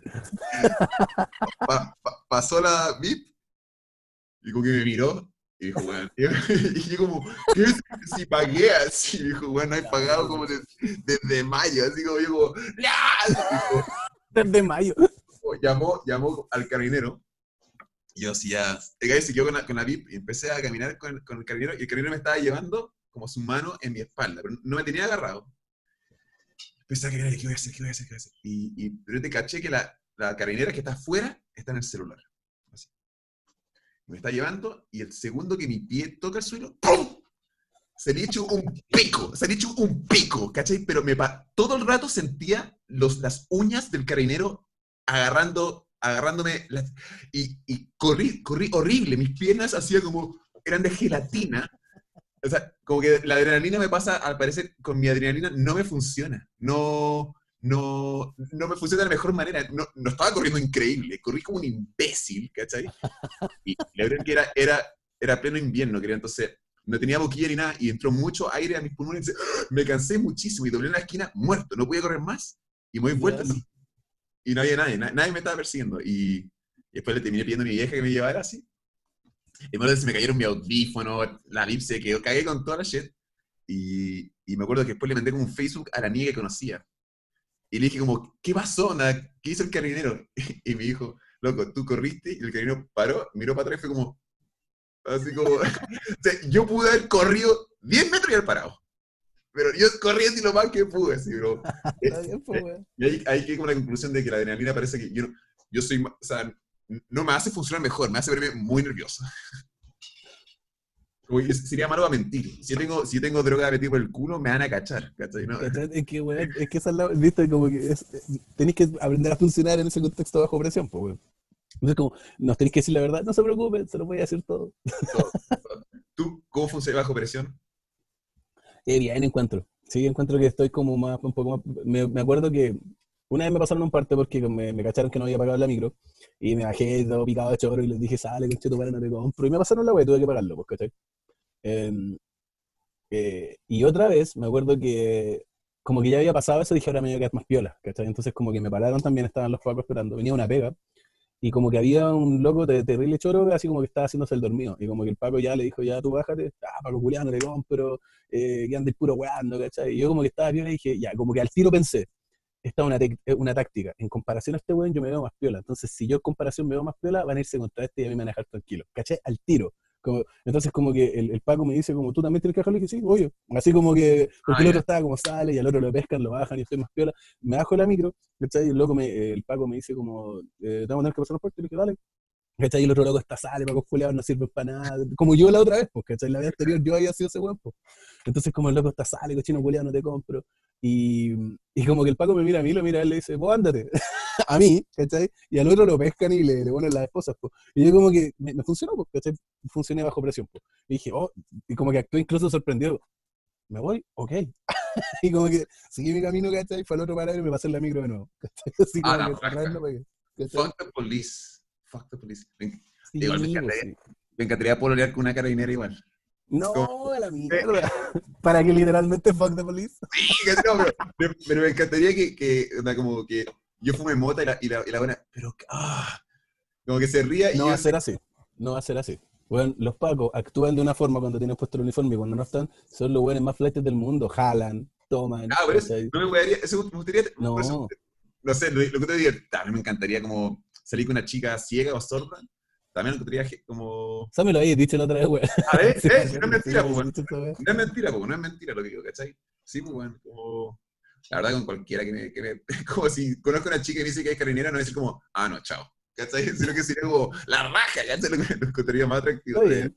pa, pa, pasó la V I P y como que me miró y dijo, bueno, y yo como, ¿qué es? Si pagué así, dijo, bueno, no he La pagado como wea. des- desde mayo, así como yo como, ¡ya! Dijo, Desde mayo. llamó, llamó al carabinero, y yo así ya, el gallo se quedó con la, con la V I P y empecé a caminar con, con el carabinero y el carabinero me estaba llevando como su mano en mi espalda, pero no me tenía agarrado. Empecé a caminar, ¿qué voy a hacer? ¿Qué voy a hacer? ¿Qué voy a hacer? Y, y pero te caché que la, la carabinera que está afuera está en el celular. Así. Me está llevando y el segundo que mi pie toca el suelo, ¡pum! Se le hecho un pico, se le hecho un pico, ¿cachai? Pero me pa todo el rato sentía los, las uñas del carabinero agarrando, agarrándome las, y, y corrí, corrí horrible, mis piernas hacían como, eran de gelatina, o sea, como que la adrenalina me pasa, al parecer, con mi adrenalina no me funciona, no, no, no me funciona de la mejor manera, no, no estaba corriendo increíble, corrí como un imbécil, ¿cachai? Y la verdad es que era, era, era pleno invierno, creo, entonces no tenía boquilla ni nada, y entró mucho aire a mis pulmones, y me cansé muchísimo, y doblé en la esquina muerto, no podía correr más, y me doy vuelta, Ya. así, y no había nadie, na- nadie me estaba persiguiendo, y, y después le terminé pidiendo a mi vieja que me llevara así, y me se me cayeron mi audífono, la lip se quedó, cagué con toda la shit, y, y me acuerdo que después le mandé como un Facebook a la niña que conocía, y le dije como, ¿qué pasó? Nada, ¿qué hizo el carabinero? Y me dijo, loco, tú corriste, y el carabinero paró, miró para atrás y fue como, así como, o sea, yo pude haber corrido diez metros y haber parado. Pero yo corrí así lo más que pude, así, bro. Está Eh, bien, pues, eh, weón. y ahí, ahí quedé con la conclusión de que la adrenalina parece que yo, yo soy, o sea, no me hace funcionar mejor, me hace verme muy nervioso. Como que sería malo a mentir. Si yo tengo, si yo tengo droga metida por el culo, me van a cachar, ¿cachai? ¿No? ¿Cachai? Es que, weón, es que esa es la, viste, como que es, tenéis que aprender a funcionar en ese contexto bajo presión, pues, weón. Entonces, como, nos tenéis que decir la verdad, no se preocupen, se lo voy a decir todo. Todo. ¿Tú cómo funciona bajo presión? Eh, bien, encuentro. Sí, encuentro que estoy como más, un poco más, me, me acuerdo que Una vez me pasaron un parte porque me, me cacharon que no había pagado la micro y me bajé todo picado de choro y les dije, sale, conchito, para no te compro. Y me pasaron la wea y tuve que pagarlo, pues, ¿cachai? Eh, eh, y otra vez me acuerdo que como que ya había pasado eso, dije, ahora me voy a quedar más piola, ¿cachai? Entonces como que me pararon también, estaban los pacos esperando, venía una pega y como que había un loco de terrible choro, así como que estaba haciéndose el dormido. Y como que el Paco ya le dijo, ya tú bájate, ah, Paco Juliano, te compro, eh, que andes puro weando, ¿cachai? Y yo como que estaba piola y dije, ya, como que al tiro pensé, esta es una, tec- es una táctica. En comparación a este weón, yo me veo más piola. Entonces, si yo en comparación me veo más piola, van a irse contra este y a mí me van a dejar tranquilo. ¿Cachai? Al tiro. Como, entonces, como que el, el Paco me dice, como, ¿tú también tienes que dejarlo? Y dije, sí, obvio. Así como que, porque Ah, el ya. otro estaba como sale y al otro lo pescan, lo bajan y estoy más piola. Me bajo la micro, ¿cachai? Y el, loco me, el Paco me dice, como, eh, te vamos a tener que pasar la puerta. Y le dije, dale. ¿Cachai? Y el otro loco está sale, Paco culiados no sirven para nada. Como yo la otra vez, pues, ¿cachai? La vez anterior yo había sido ese weón, pues. Entonces, como el loco está sale, cochino culiado, no te compro. Y, y como que el Paco me mira a mí, lo mira a él y le dice, vos ándate. A mí, ¿cachai? Y al otro lo pescan y le, le ponen las esposas, pues. Y yo como que me, me funcionó, pues, ¿cachai? Funcioné bajo presión, pues. Y dije, oh, y como que actué incluso sorprendido. ¿Me voy? Ok. Y como que seguí mi camino, ¿cachai? Fue al otro paradero y me pasé en la micro de nuevo. ¿Cachai? Así Ah, como que la otra vez no raja. pegué. ¿Cachai? Fuck the police. Fuck the police. Me- igual me Sí, pues encantaría, sí. me encantaría pololear con una carabinera igual. Como, No, a la eh, mierda. Para que literalmente fuck the police. sí, que no, pero, pero- pero me encantaría que, que, onda, como que yo fume mota y la, y la, y la buena, pero, ah, como que se ría y No va yo a sé, ser así. No va a ser así. Bueno, los pacos actúan de una forma cuando tienen puesto el uniforme y cuando no están, son los buenos más flightes del mundo. Jalan, toman, ah, pero eso, ¿cachai? no me gustaría, eso me gustaría, por eso, No. no sé, lo, lo que te digo, a mí me encantaría como salir con una chica ciega o sorda, también me encantaría je- como, Eso me lo habéis dicho la otra vez, weón. a ver, Sí, me eh, si no es acuerdo, sí, me mentira, pues, habéis bueno, dicho esa weá. no es mentira, pues, no es mentira lo que digo, ¿cachai? Sí, pues, bueno, como, la verdad, con cualquiera que me, que me- como si conozco a una chica y me dice que es carabinera, no voy a decir como, ah, no, chao, ¿cachai? Sino que sería como, la raja, ¿cachai? Lo que lo encontraría más atractivo Está todavía. bien.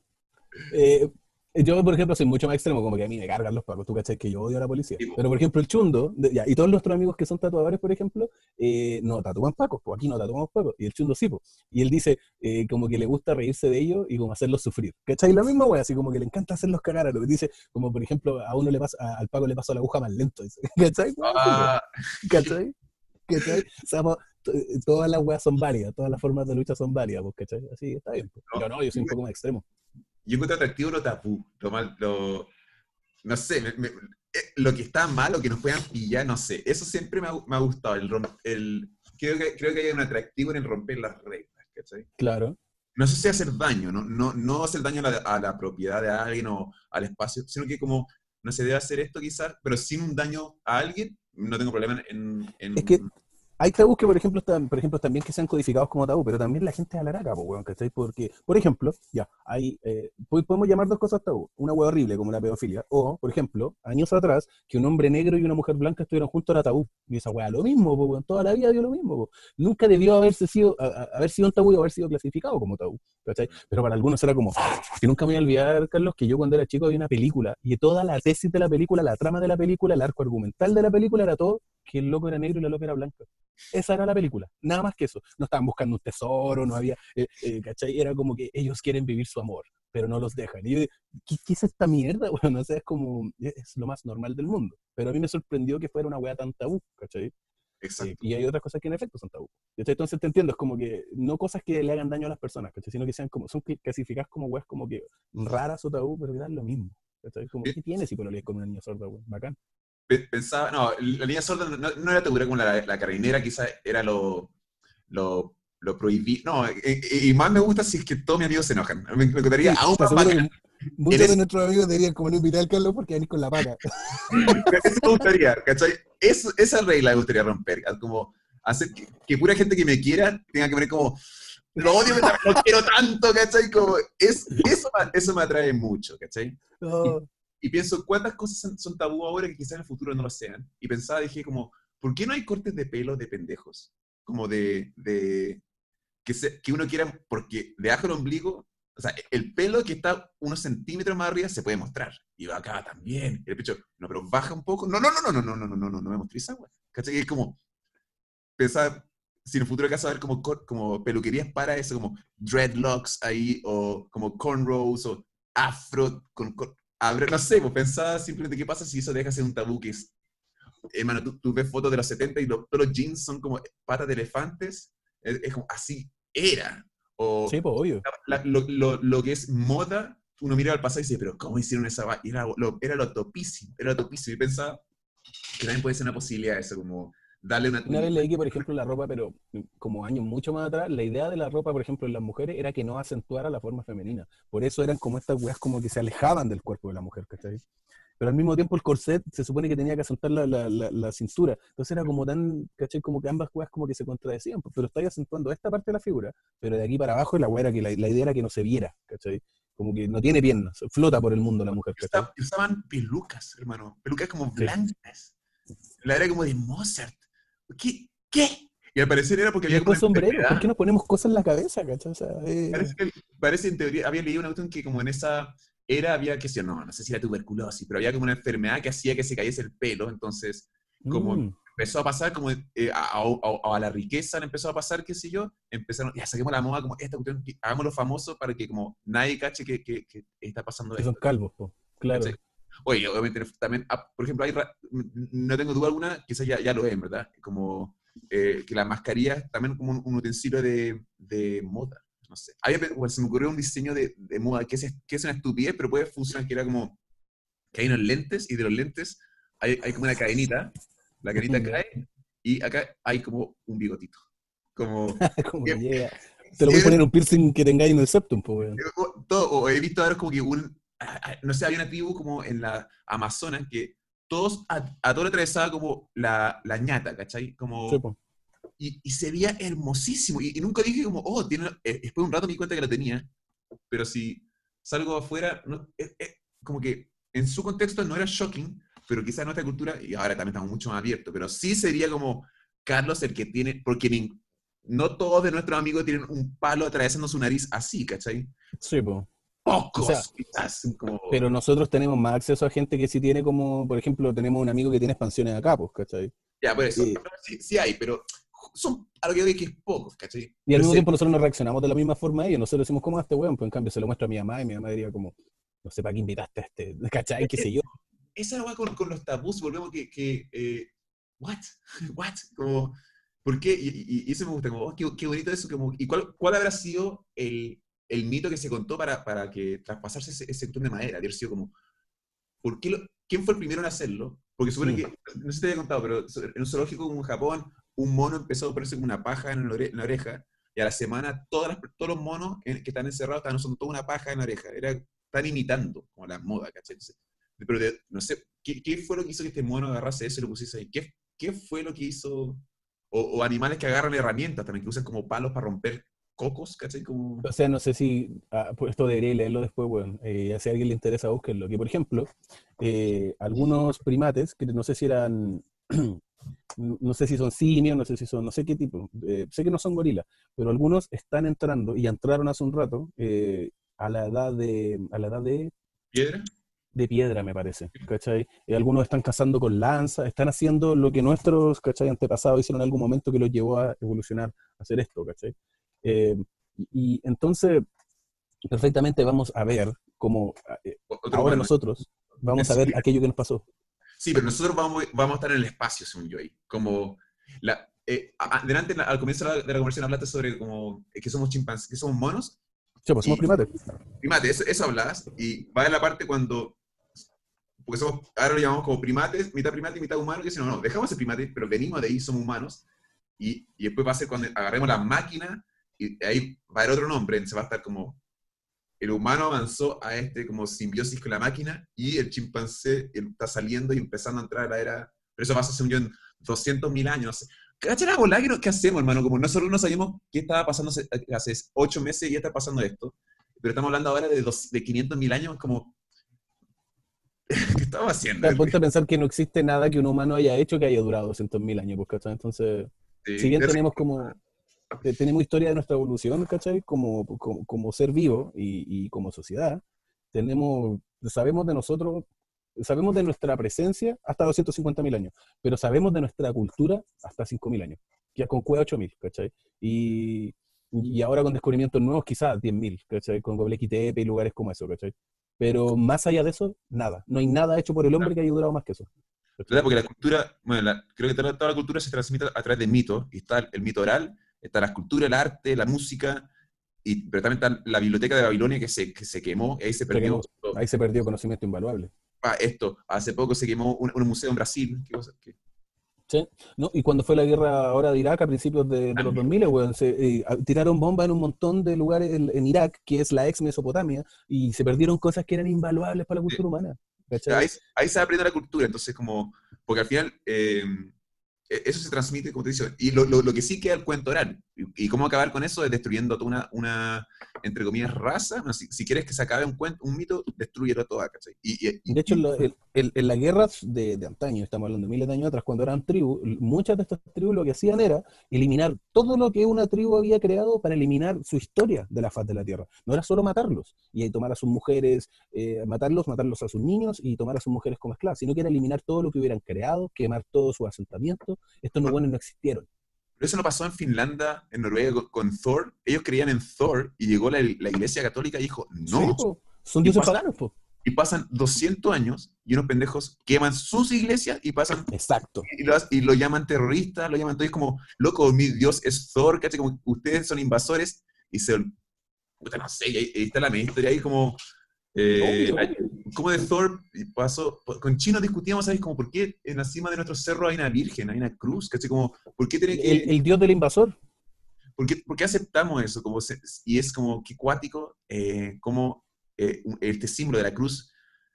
Eh, yo, por ejemplo, soy mucho más extremo, como que a mí me cargan los pacos, tú cachai que yo odio a la policía. Sí, pues. Pero, por ejemplo, el chundo, de- ya, y todos nuestros amigos que son tatuadores, por ejemplo, eh, no tatúan pacos, pues aquí no tatuamos pacos, y el chundo sí, pues. Y él dice, eh, como que le gusta reírse de ellos y como hacerlos sufrir. ¿Cachai? La misma wea, así como que le encanta hacerlos cagar a lo que dice, como por ejemplo, a uno le pasa, a- al paco le pasó la aguja más lento, dice. ¿Cachai? Wea así, pues. Ah, ¿Cachai? ¿Cachai? O sea, po, t- todas las weas son válidas, todas las formas de lucha son válidas, pues, ¿cachai? Así está bien, pues. no, Pero no, yo soy yo, un poco más extremo. yo encuentro atractivo lo tabú, lo mal, lo, no sé, me- me- eh, lo que está mal o que nos puedan pillar, no sé. Eso siempre me ha, me ha gustado. El, rom- el, creo que, creo que hay un atractivo en el romper las reglas, ¿cachai? Claro. No sé si hacer daño, no, no, no hacer daño a la, a la propiedad de alguien o al espacio, sino que como no se debe hacer esto quizás, pero sin un daño a alguien, no tengo problema en... Es que en hay tabús que, por ejemplo, están, por ejemplo, también que sean codificados como tabú, pero también la gente es alaraca, pues, weón, ¿cachai? Porque, por ejemplo, ya, hay, eh, po- podemos llamar dos cosas tabú. Una hueá horrible, como la pedofilia, o, por ejemplo, años atrás, que un hombre negro y una mujer blanca estuvieron juntos era tabú. Y esa hueá, lo mismo, pues, weón, toda la vida dio lo mismo, pues. Nunca debió haberse sido, a- a- haber sido un tabú y haber sido clasificado como tabú, ¿cachai? Pero para algunos era como, que nunca me voy a olvidar, Carlos, que yo cuando era chico había una película, y toda la tesis de la película, la trama de la película, el arco argumental de la película era todo que el loco era negro y la loca era blanca. Esa era la película, nada más que eso. No estaban buscando un tesoro, no había, eh, eh, ¿cachai? Era como que ellos quieren vivir su amor, pero no los dejan. Y yo, ¿qué, qué es esta mierda? Bueno, o sea, es como, es lo más normal del mundo. Pero a mí me sorprendió que fuera una weá tan tabú, ¿cachai? Eh, exacto. y hay otras cosas que en efecto son tabú. ¿Cachai? Entonces te entiendo, es como que no cosas que le hagan daño a las personas, ¿cachai? Sino que sean como, son clasificadas como weas como que raras o tabú, pero que dan lo mismo. ¿Cachai? Como, ¿qué tiene si pololeas con una niña sorda, weón? Bacán. Pe- Pensaba, no, la línea sorda no, no era segura como la, la carabinera, quizás era lo, lo, lo prohibido. No, y, y- y más me gusta si es que todos mis amigos se enojan. Me, me encantaría Sí, aún te más aseguro bacán. que En muchos de ese, nuestros amigos deberían como no invitar al Carlos porque venir con la paca. eso me gustaría, ¿cachai? Eso- esa regla me gustaría romper. Como hacer que, que pura gente que me quiera tenga que ver como, lo odio, pero también lo quiero tanto, ¿cachai? Como, es, eso, me- eso me atrae mucho, ¿cachai? Y, No, y pienso, ¿cuántas cosas son, son tabú ahora que quizás en el futuro no lo sean? Y pensaba, dije como, ¿por qué no hay cortes de pelo de pendejos? Como de, de que, se, que uno quiera, porque debajo del ombligo, o sea, el pelo que está unos centímetros más arriba se puede mostrar. Y va acá también. Y el pecho, no, pero baja un poco. No, no, no, no, no, no, no, no, no, no, no me mostré esa, güey. ¿Cachai? Que es como, pensar, si en el futuro acaso va a haber como, cor- como peluquerías para eso, como dreadlocks ahí, o como cornrows, o afro, con, con abre- no sé, pues pensaba simplemente qué pasa si eso deja de ser un tabú que es hermano, tú, tú ves fotos de los setenta y lo- todos los jeans son como patas de elefantes, es, es como así era. O Sí, pues obvio. la- lo, lo- lo que es moda, uno mira al pasado y dice, pero ¿cómo hicieron esa vaina? Era lo, era lo topísimo, era lo topísimo. Y pensaba que también puede ser una posibilidad eso, como darle una... Una vez leí que, por ejemplo, la ropa, pero como años mucho más atrás, la idea de la ropa, por ejemplo, en las mujeres era que no acentuara la forma femenina. Por eso eran como estas weas como que se alejaban del cuerpo de la mujer, ¿cachai? Pero al mismo tiempo el corset se supone que tenía que acentuar la, la, la, la cintura. Entonces era como tan, ¿cachai? Como que ambas weas como que se contradecían, pues, pero estáis acentuando esta parte de la figura, pero de aquí para abajo la wea era que la, la idea era que no se viera, ¿cachai? Como que no tiene piernas, flota por el mundo la mujer, ¿cachai? Usaban, usaban pelucas, hermano, pelucas como Sí. blancas. La era como de Mozart. ¿Qué? ¿Qué? Y al parecer era porque Y había como después una sombreros, ¿por enfermedad. qué nos ponemos cosas en la cabeza, ¿cachai? O sea, eh, Parece, que- parece en teoría, había leído una cuestión que como en esa era había que si no, no sé si era tuberculosis, pero había como una enfermedad que hacía que se cayese el pelo, entonces como mm, empezó a pasar como eh, a, a- a la riqueza le empezó a pasar, qué sé yo, empezaron, ya saquemos la moda como esta cuestión, que- hagámoslo famoso para que como nadie cache que, que- que está pasando que son esto. calvos, po, ¿Cachai? claro. Oye, obviamente también, ah, por ejemplo, hay ra- no tengo duda alguna, quizás ya, ya lo es, ¿verdad? Como eh, que la mascarilla es también como un, un utensilio de, de moda, no sé. Ahí me- bueno, se me ocurrió un diseño de, de moda que es, que es una estupidez, pero puede funcionar, que era como que hay unos lentes y de los lentes hay, hay como una cadenita, la cadenita Ya. cae y acá hay como un bigotito. Como, Como que- que llega. Te lo si voy a eres poner un piercing que tengáis en el septum, pues, weón. o, todo, o he visto ahora como que un, ah, ah, no sé, había una tribu como en la Amazonas que todos, a, a todos le atravesaba como la, la ñata, ¿cachai? Sí, Como, po. y, y se veía hermosísimo. Y, y nunca dije como, oh, tiene, eh, después de un rato me di cuenta que lo tenía, pero si salgo afuera, no, es, es como que en su contexto no era shocking, pero quizás en nuestra cultura, y ahora también estamos mucho más abiertos, pero sí sería como Carlos el que tiene, porque nin- no todos de nuestros amigos tienen un palo atravesando su nariz así, ¿cachai? Sí, po. O sea, Pocos, quizás, como... pero nosotros tenemos más acceso a gente que sí tiene como, por ejemplo, tenemos un amigo que tiene expansiones acá, pues, ¿cachai? Ya, por eso, Y, sí, sí hay, pero son, a lo que yo digo que es pocos, ¿cachai? y al Pero mismo sí, tiempo nosotros no reaccionamos de la misma forma a ellos. Nosotros decimos, ¿cómo a este weón? Pues en cambio se lo muestra a mi mamá y mi mamá diría como, no sé, ¿para qué invitaste a este? ¿Cachai? ¿Qué sé yo? esa es la weá con, con los tabús, volvemos que, que eh, what, what, como, ¿por qué? Y, y- y eso me gusta, como, oh, qué, qué bonito eso, como, ¿y cuál, cuál habrá sido el, el mito que se contó para, para que traspasarse ese, ese botón de madera? Haber sido como, ¿por qué lo- ¿quién fue el primero en hacerlo? Porque supone Mm. que, no sé si te había contado, pero en un zoológico como en Japón, un mono empezó a ponerse como una paja en la, ore- en la oreja, y a la semana todas las- todos los monos en- que están encerrados estaban usando toda una paja en la oreja. Era, están imitando como la moda, ¿cachai? Entonces, pero de- no sé, ¿qué, ¿qué fue lo que hizo que este mono agarrase eso y lo pusiese ahí? ¿Qué, ¿qué fue lo que hizo? O, o animales que agarran herramientas también, que usan como palos para romper cocos, ¿cachai? Como... O sea, no sé si ah, pues esto debería leerlo después, bueno, eh, si a alguien le interesa, búsquenlo. Que, por ejemplo, eh, algunos primates, que no sé si eran, no sé si son simios, no sé si son, no sé qué tipo, eh, sé que no son gorilas, pero algunos están entrando y entraron hace un rato eh, a la edad de, a la edad de, ¿Piedra? de piedra, me parece, ¿cachai? Eh, algunos están cazando con lanza, están haciendo lo que nuestros, ¿cachai? Antepasados hicieron en algún momento que los llevó a evolucionar a hacer esto, ¿cachai? Eh, y, y entonces perfectamente vamos a ver cómo eh, O- Otro ahora humano. nosotros vamos a Sí, ver aquello que nos pasó. sí, pero nosotros vamos, vamos a estar en el espacio, según yo ahí. Como la, eh, a- a- delante, la- al comienzo de la, de la conversación hablaste sobre como, eh, que somos chimpancés, que somos monos Sí, pues somos y primates. primates, eso, eso hablabas, y va en la parte cuando, porque somos, ahora lo llamamos como primates, mitad primate y mitad humano, que si no, no, dejamos el primate, pero venimos de ahí, somos humanos, y, y después va a ser cuando agarremos la máquina, y ahí va a haber otro nombre, entonces va a estar como el humano avanzó a este como simbiosis con la máquina y el chimpancé está saliendo y empezando a entrar a la era. Pero eso pasa, según yo, en doscientos mil años. No sé. ¿Cacha la bola? ¿Qué, qué hacemos, hermano? Como nosotros no sabíamos qué estaba pasando hace, hace ocho meses y ya está pasando esto. Pero estamos hablando ahora de, dos, de quinientos mil años, como, ¿qué estamos O haciendo? sea, ponte a pensar que no existe nada que un humano haya hecho que haya durado doscientos mil años, pues, ¿cachai? Entonces, si Sí, bien de- tenemos como, te- tenemos historia de nuestra evolución, ¿cachai? Como, como, como ser vivo y, y como sociedad, tenemos, sabemos de nosotros, sabemos de nuestra presencia hasta doscientos cincuenta mil años, pero sabemos de nuestra cultura hasta cinco mil años, ya con cueva ocho mil, ¿cachai? Y, y ahora con descubrimientos nuevos quizás diez mil, ¿cachai? Con Göbekli Tepe y lugares como eso, ¿cachai? Pero más allá de eso, nada. No hay nada hecho por el hombre que haya durado más que eso. ¿Verdad? Porque la cultura, bueno, la- creo que toda, toda la cultura se transmite a través de mitos, y está el, el mito oral, está la escultura, el arte, la música, y, pero también está la biblioteca de Babilonia que se, que se quemó, y ahí se Se perdió quemó. Ahí se perdió conocimiento invaluable. ah, esto. Hace poco se quemó un, un museo en Brasil. ¿Qué cosa? ¿Qué? Sí, ¿no? Y cuando fue la guerra ahora de Irak a principios de, de los dos mil, weón, se, eh, a- tiraron bombas en un montón de lugares en, en Irak, que es la ex Mesopotamia, y se perdieron cosas que eran invaluables para la Sí. cultura humana. Ahí, ¿Cachai? ahí se aprende la cultura, entonces como, porque al final eh, e- eso se transmite, como te digo, y lo, lo, lo que sí queda el cuento oral. Y, y cómo acabar con eso es destruyendo toda una, una entre comillas, raza. No, si, si quieres que se acabe un cuento, un mito, destruyelo toda, ¿cachai? Y, y, De y, hecho, en, y- lo- el- el- en las guerras de, de antaño, estamos hablando de miles de años atrás, cuando eran tribus, muchas de estas tribus lo que hacían era eliminar todo lo que una tribu había creado para eliminar su historia de la faz de la tierra. No era solo matarlos y ahí tomar a sus mujeres, eh, matarlos, matarlos a sus niños y tomar a sus mujeres como esclavas, sino que era eliminar todo lo que hubieran creado, quemar todos sus asentamientos. Estos no buenos no existieron. pero eso no pasó en Finlandia, en Noruega, con, con Thor. Ellos creían en Thor y llegó la, la iglesia católica y dijo, Sí, no. po, son Y dioses pasan, paganos, po. y pasan doscientos años y unos pendejos queman sus iglesias y pasan Exacto. y lo, y lo llaman terrorista, lo llaman todo, y es como, loco, mi Dios es Thor, ¿cachai? Como ustedes son invasores, y se, puta, no sé, y ahí, ahí está la media historia, ahí como, eh, Obvio. hay- como de Thor y pasó, con chinos discutíamos, ¿sabes? Como, ¿por qué en la cima de nuestro cerro hay una virgen, hay una cruz? ¿Cachai? Como, ¿por qué tiene El, que, el dios del invasor. por qué, por qué aceptamos eso? Como se- y es como, qué cuático, eh, como eh, este símbolo de la cruz,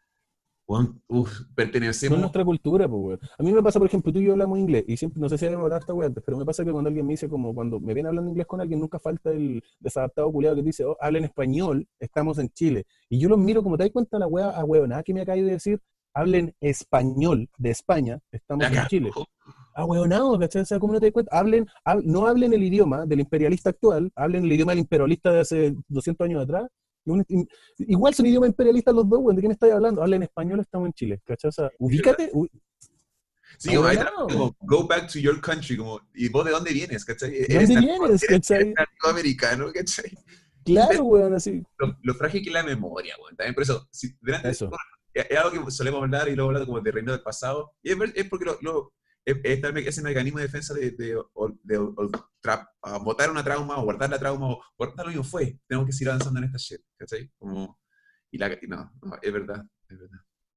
weón, uf, No es pertenecemos, nuestra cultura, pues, weón. A mí me pasa, por ejemplo, tú y yo hablamos inglés, y siempre, no sé si habíamos hablado esta weá antes, pero me pasa que cuando alguien me dice, como cuando me viene hablando inglés con alguien, nunca falta el desadaptado culiado que dice, oh, habla en español, estamos en Chile. Y yo los miro, como te das cuenta, la weá, a weón, nada que me acabas de decir, hablen español de España, la estamos en Chile. cagó. Ah, weonado, ¿cachai? O sea, ¿cómo no te das cuenta? Hablen, hab- no hablen el idioma del imperialista actual, hablen el idioma del imperialista de hace doscientos años atrás. Y un- y- igual son idiomas imperialistas los dos, weón. ¿De qué me estás hablando? Hablen español, estamos en Chile, ¿cachai? O sea, ubícate, u- Sí, como, ahí te la- ahueonado. como, go back to your country, como, ¿y vos de dónde vienes, cachai? ¿De Eres, dónde nativo, vienes, eres, eres cachai? nativo americano, ¿cachai? Qué Claro, imbécil, weón, así. lo, lo frágil que es la memoria, weón. También por eso, si, delante, Eso. bueno, es, es algo que solemos hablar y luego hablar como de reino del pasado, y es, ver- es porque lo, lo, es, es tal vez ese mecanismo de defensa de, de, de, de, o- tra- a botar una trauma, o guardar la trauma, o guardar lo que fue. Tenemos que seguir avanzando en esta shit, ¿cachai? Como, y la, y no, no, es verdad, es verdad.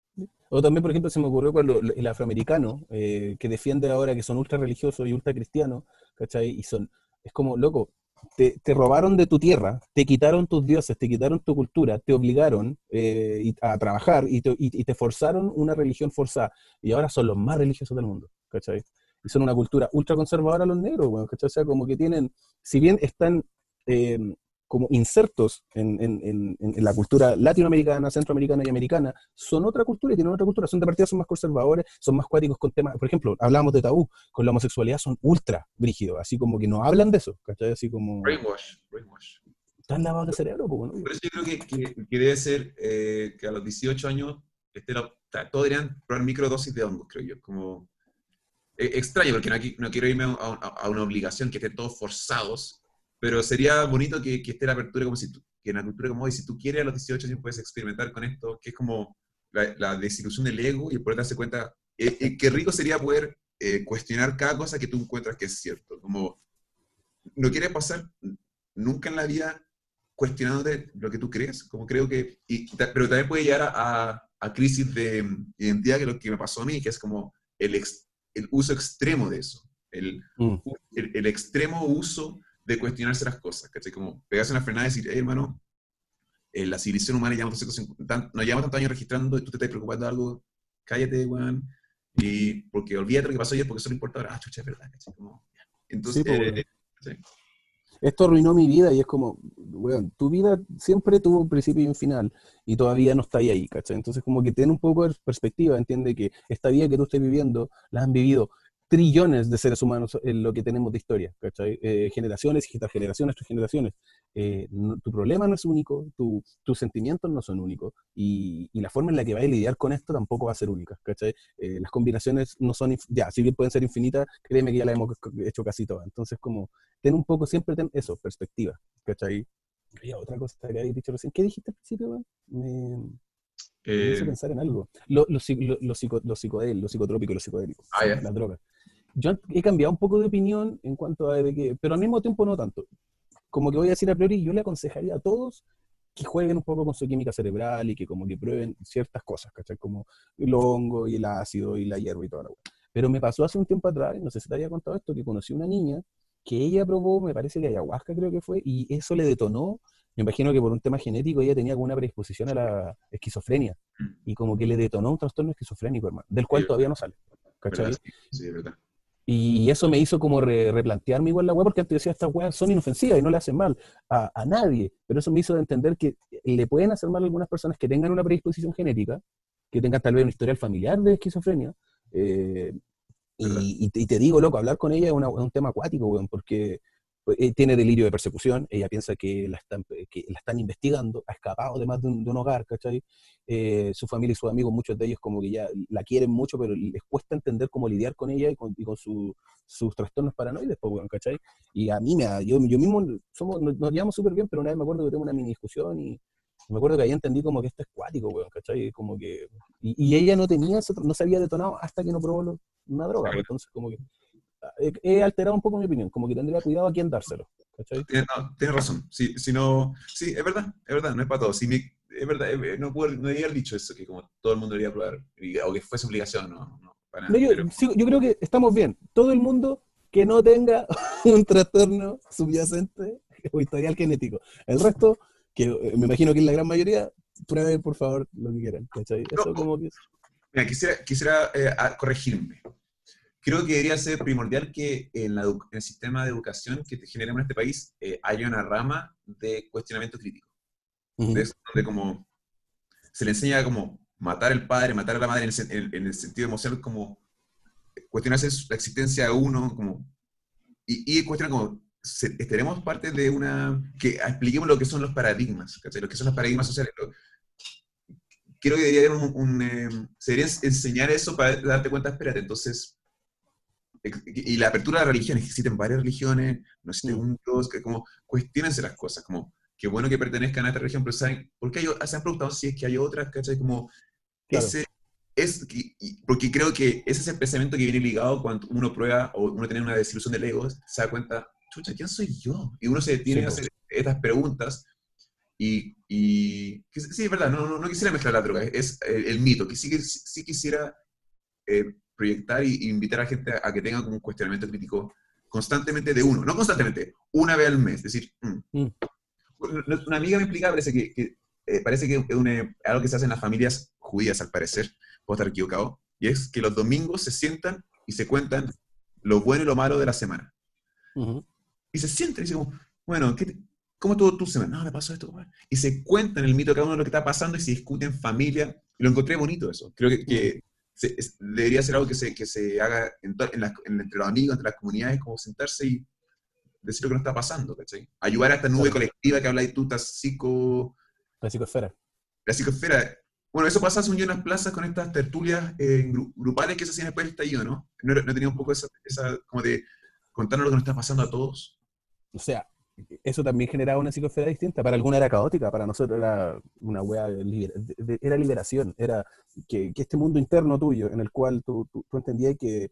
O también, por ejemplo, se me ocurrió cuando el afroamericano, eh, que defiende ahora que son ultra religiosos y ultra cristianos, ¿cachai? Y son, es como, loco, te, te robaron de tu tierra, te quitaron tus dioses, te quitaron tu cultura, te obligaron eh, y- a trabajar y te, y- y te forzaron una religión forzada. Y ahora son los más religiosos del mundo, ¿cachai? Y son una cultura ultra conservadora los negros, bueno, ¿cachai? O sea, como que tienen, si bien están eh, como insertos en, en- en- en la cultura latinoamericana, centroamericana y americana, son otra cultura y tienen otra cultura, son de partida, son más conservadores, son más cuáticos con temas, por ejemplo, hablábamos de tabú, con la homosexualidad son ultra brígidos, así como que no hablan de eso, ¿cachai? Así como, Brainwash, brainwash. están lavados de cerebro, pues, ¿no? Por eso yo creo que, que, que debe ser eh, que a los dieciocho años este, la- ta- todos deberían probar microdosis de hongos, creo yo. Como, eh, extraño, porque no, qui- no quiero irme a, a- a una obligación que estén todos forzados, pero sería bonito que, que esté la apertura como si tú, que en la cultura como hoy, si tú quieres a los dieciocho años puedes experimentar con esto, que es como la, la desilusión del ego y poder darse cuenta, eh, eh, qué rico sería poder eh, cuestionar cada cosa que tú encuentras que es cierto. Como, no quieres pasar nunca en la vida cuestionándote lo que tú crees, como creo que, y, pero también puede llegar a, a, a crisis de identidad, que es lo que me pasó a mí, que es como el, ex, el uso extremo de eso, el, Mm. el, el, extremo uso de cuestionarse las cosas, ¿cachai? Como pegarse una frenada y decir, hey, hermano, eh, la civilización humana lleva tan, nos llevamos tantos años registrando y tú te estás preocupando de algo, cállate, weón, y porque olvídate lo que pasó ayer porque eso no importa ahora, ah, chucha, es verdad, ¿cachai? Como, entonces, Sí, pues, eh, bueno. ¿sí? Esto arruinó mi vida y es como, weón, tu vida siempre tuvo un principio y un final y todavía no está ahí, ¿cachai? Entonces como que ten un poco de perspectiva, entiende que esta vida que tú estés viviendo la han vivido trillones de seres humanos en lo que tenemos de historia, ¿cachai? Eh, generaciones y generaciones tras generaciones. Eh, no- tu problema no es único, tu, tus sentimientos no son únicos y, y la forma en la que vas a lidiar con esto tampoco va a ser única, ¿cachai? Eh, las combinaciones no son, inf- ya, si bien pueden ser infinitas, créeme que ya las hemos hecho casi todas. Entonces como ten un poco, siempre ten eso, perspectiva, ¿cachai? Había otra cosa que habéis dicho recién. ¿Qué dijiste al principio, weón? Me- Me hizo Eh, pensar en algo. Lo- Los psi- lo- los psico- los psicodélicos, los psicotrópicos, los psicodélicos, ah, sí, ya. las drogas. Yo he cambiado un poco de opinión en cuanto a de que, pero al mismo tiempo no tanto. Como que voy a decir a priori, yo le aconsejaría a todos que jueguen un poco con su química cerebral y que como que prueben ciertas cosas, ¿cachai? Como el hongo y el ácido y la hierba y toda la cosa. Pero me pasó hace un tiempo atrás, y no sé si te había contado esto, que conocí una niña que ella probó, me parece que ayahuasca creo que fue, y eso le detonó, me imagino que por un tema genético ella tenía como una predisposición a la esquizofrenia, y como que le detonó un trastorno esquizofrénico, hermano, del Sí, cual todavía no sale, verdad, ¿cachai? sí, sí, es verdad. Y eso me hizo como re- replantearme igual la weá, porque antes decía, estas weas son inofensivas y no le hacen mal a, a nadie. Pero eso me hizo entender que le pueden hacer mal a algunas personas que tengan una predisposición genética, que tengan tal vez un historial familiar de esquizofrenia. eh, ¿Verdad? y, y te, y te digo, loco, hablar con ella es, una- es un tema acuático, weón, porque pues, eh, tiene delirio de persecución, ella piensa que la están, que la están investigando, ha escapado de más de un, de un hogar, ¿cachai? Eh, su familia y sus amigos, muchos de ellos como que ya la quieren mucho, pero les cuesta entender cómo lidiar con ella y con, y con su, sus trastornos paranoides, pues, weón, ¿cachai? Y a mí, me, ha- yo, yo mismo, somos, nos, nos llevamos súper bien, pero una vez me acuerdo que tuvimos una mini discusión y me acuerdo que ahí entendí como que esto es cuático, weón, ¿cachai? Como que, y, y ella no tenía, eso, no se había detonado hasta que no probó lo- una droga, pues, entonces como que he, he alterado un poco mi opinión, como que tendría cuidado a quién dárselo, ¿cachai? Tienes, no, tienes razón. Sí, si no, sí, es verdad, es verdad, no es para todos. Sí, mi- es verdad, eh, no, puedo, no debería haber dicho eso, que como todo el mundo debería probar, y- o que fuese obligación, no, no, para No, nada. yo, Pero sigo- yo creo que estamos bien. Todo el mundo que no tenga un trastorno subyacente o historial genético. El resto, que eh, me imagino que es la gran mayoría, prueben por favor lo que quieran, ¿cachai? no, Eso como que es. mira, quisiera, quisiera eh, a- corregirme. Creo que debería ser primordial que en, la edu- en el sistema de educación que te generemos en este país eh, haya una rama de cuestionamiento crítico. De Ujú, eso, donde como se le enseña como matar al padre, matar a la madre en el, sen- en- en el sentido emocional, como cuestionarse su- la existencia de uno, como, y, y cuestiona como, se- estaremos parte de una, que expliquemos lo que son los paradigmas, ¿cachai? Lo que son los paradigmas sociales. Lo- creo que debería haber un, un, eh, se debería enseñar eso para darte cuenta, espérate, entonces, y la apertura de religiones, existen varias religiones, no existe mm, un Dios, que como cuestionense las cosas, como qué bueno que pertenezcan a esta religión, pero ¿saben por qué hay, o- se han preguntado si es que hay otras, ¿cachai? Como claro. ese es, y- y- porque creo que ese es el pensamiento que viene ligado cuando uno prueba o uno tiene una desilusión del ego, se da cuenta, chucha, ¿quién soy yo? Y uno se Sí, detiene a po. hacer estas preguntas y, y que sí, es verdad, no, no, no quisiera mezclar la droga, es el, el mito, que sí, que sí sí quisiera eh, proyectar e invitar a la gente a, a que tenga como un cuestionamiento crítico constantemente de uno, no constantemente, una vez al mes, es decir, mm. Mm, Una amiga me explicaba, parece que, que eh, parece que es una- algo que se hace en las familias judías, al parecer, puedo estar equivocado, y es que los domingos se sientan y se cuentan lo bueno y lo malo de la semana. ujú, Y se sientan y dicen, como, bueno, ¿qué te- ¿cómo estuvo tu semana? No, me pasó esto. Bueno. Y se cuentan el mito de cada uno de lo que está pasando y se discuten en familia. Y lo encontré bonito eso. Creo que, mm, que se- es- debería ser algo que se, que se haga en to- en las- en- entre los amigos, entre las comunidades, como sentarse y decir lo que nos está pasando, ¿cachai? Ayudar a esta nube claro. colectiva que habláis tú, esta psico, La psicosfera. la psicosfera. Bueno, eso pasa un día en las plazas con estas tertulias eh, gru- grupales que se hacían después del estallido, ¿no? ¿No, era- no tenía un poco esa, esa, como de contarnos lo que nos está pasando a todos? O sea, eso también generaba una psicosfera distinta. Para algunos era caótica, para nosotros era una wea, liber- de- de- era liberación, era que, que este mundo interno tuyo, en el cual tú, tú, tú entendías que,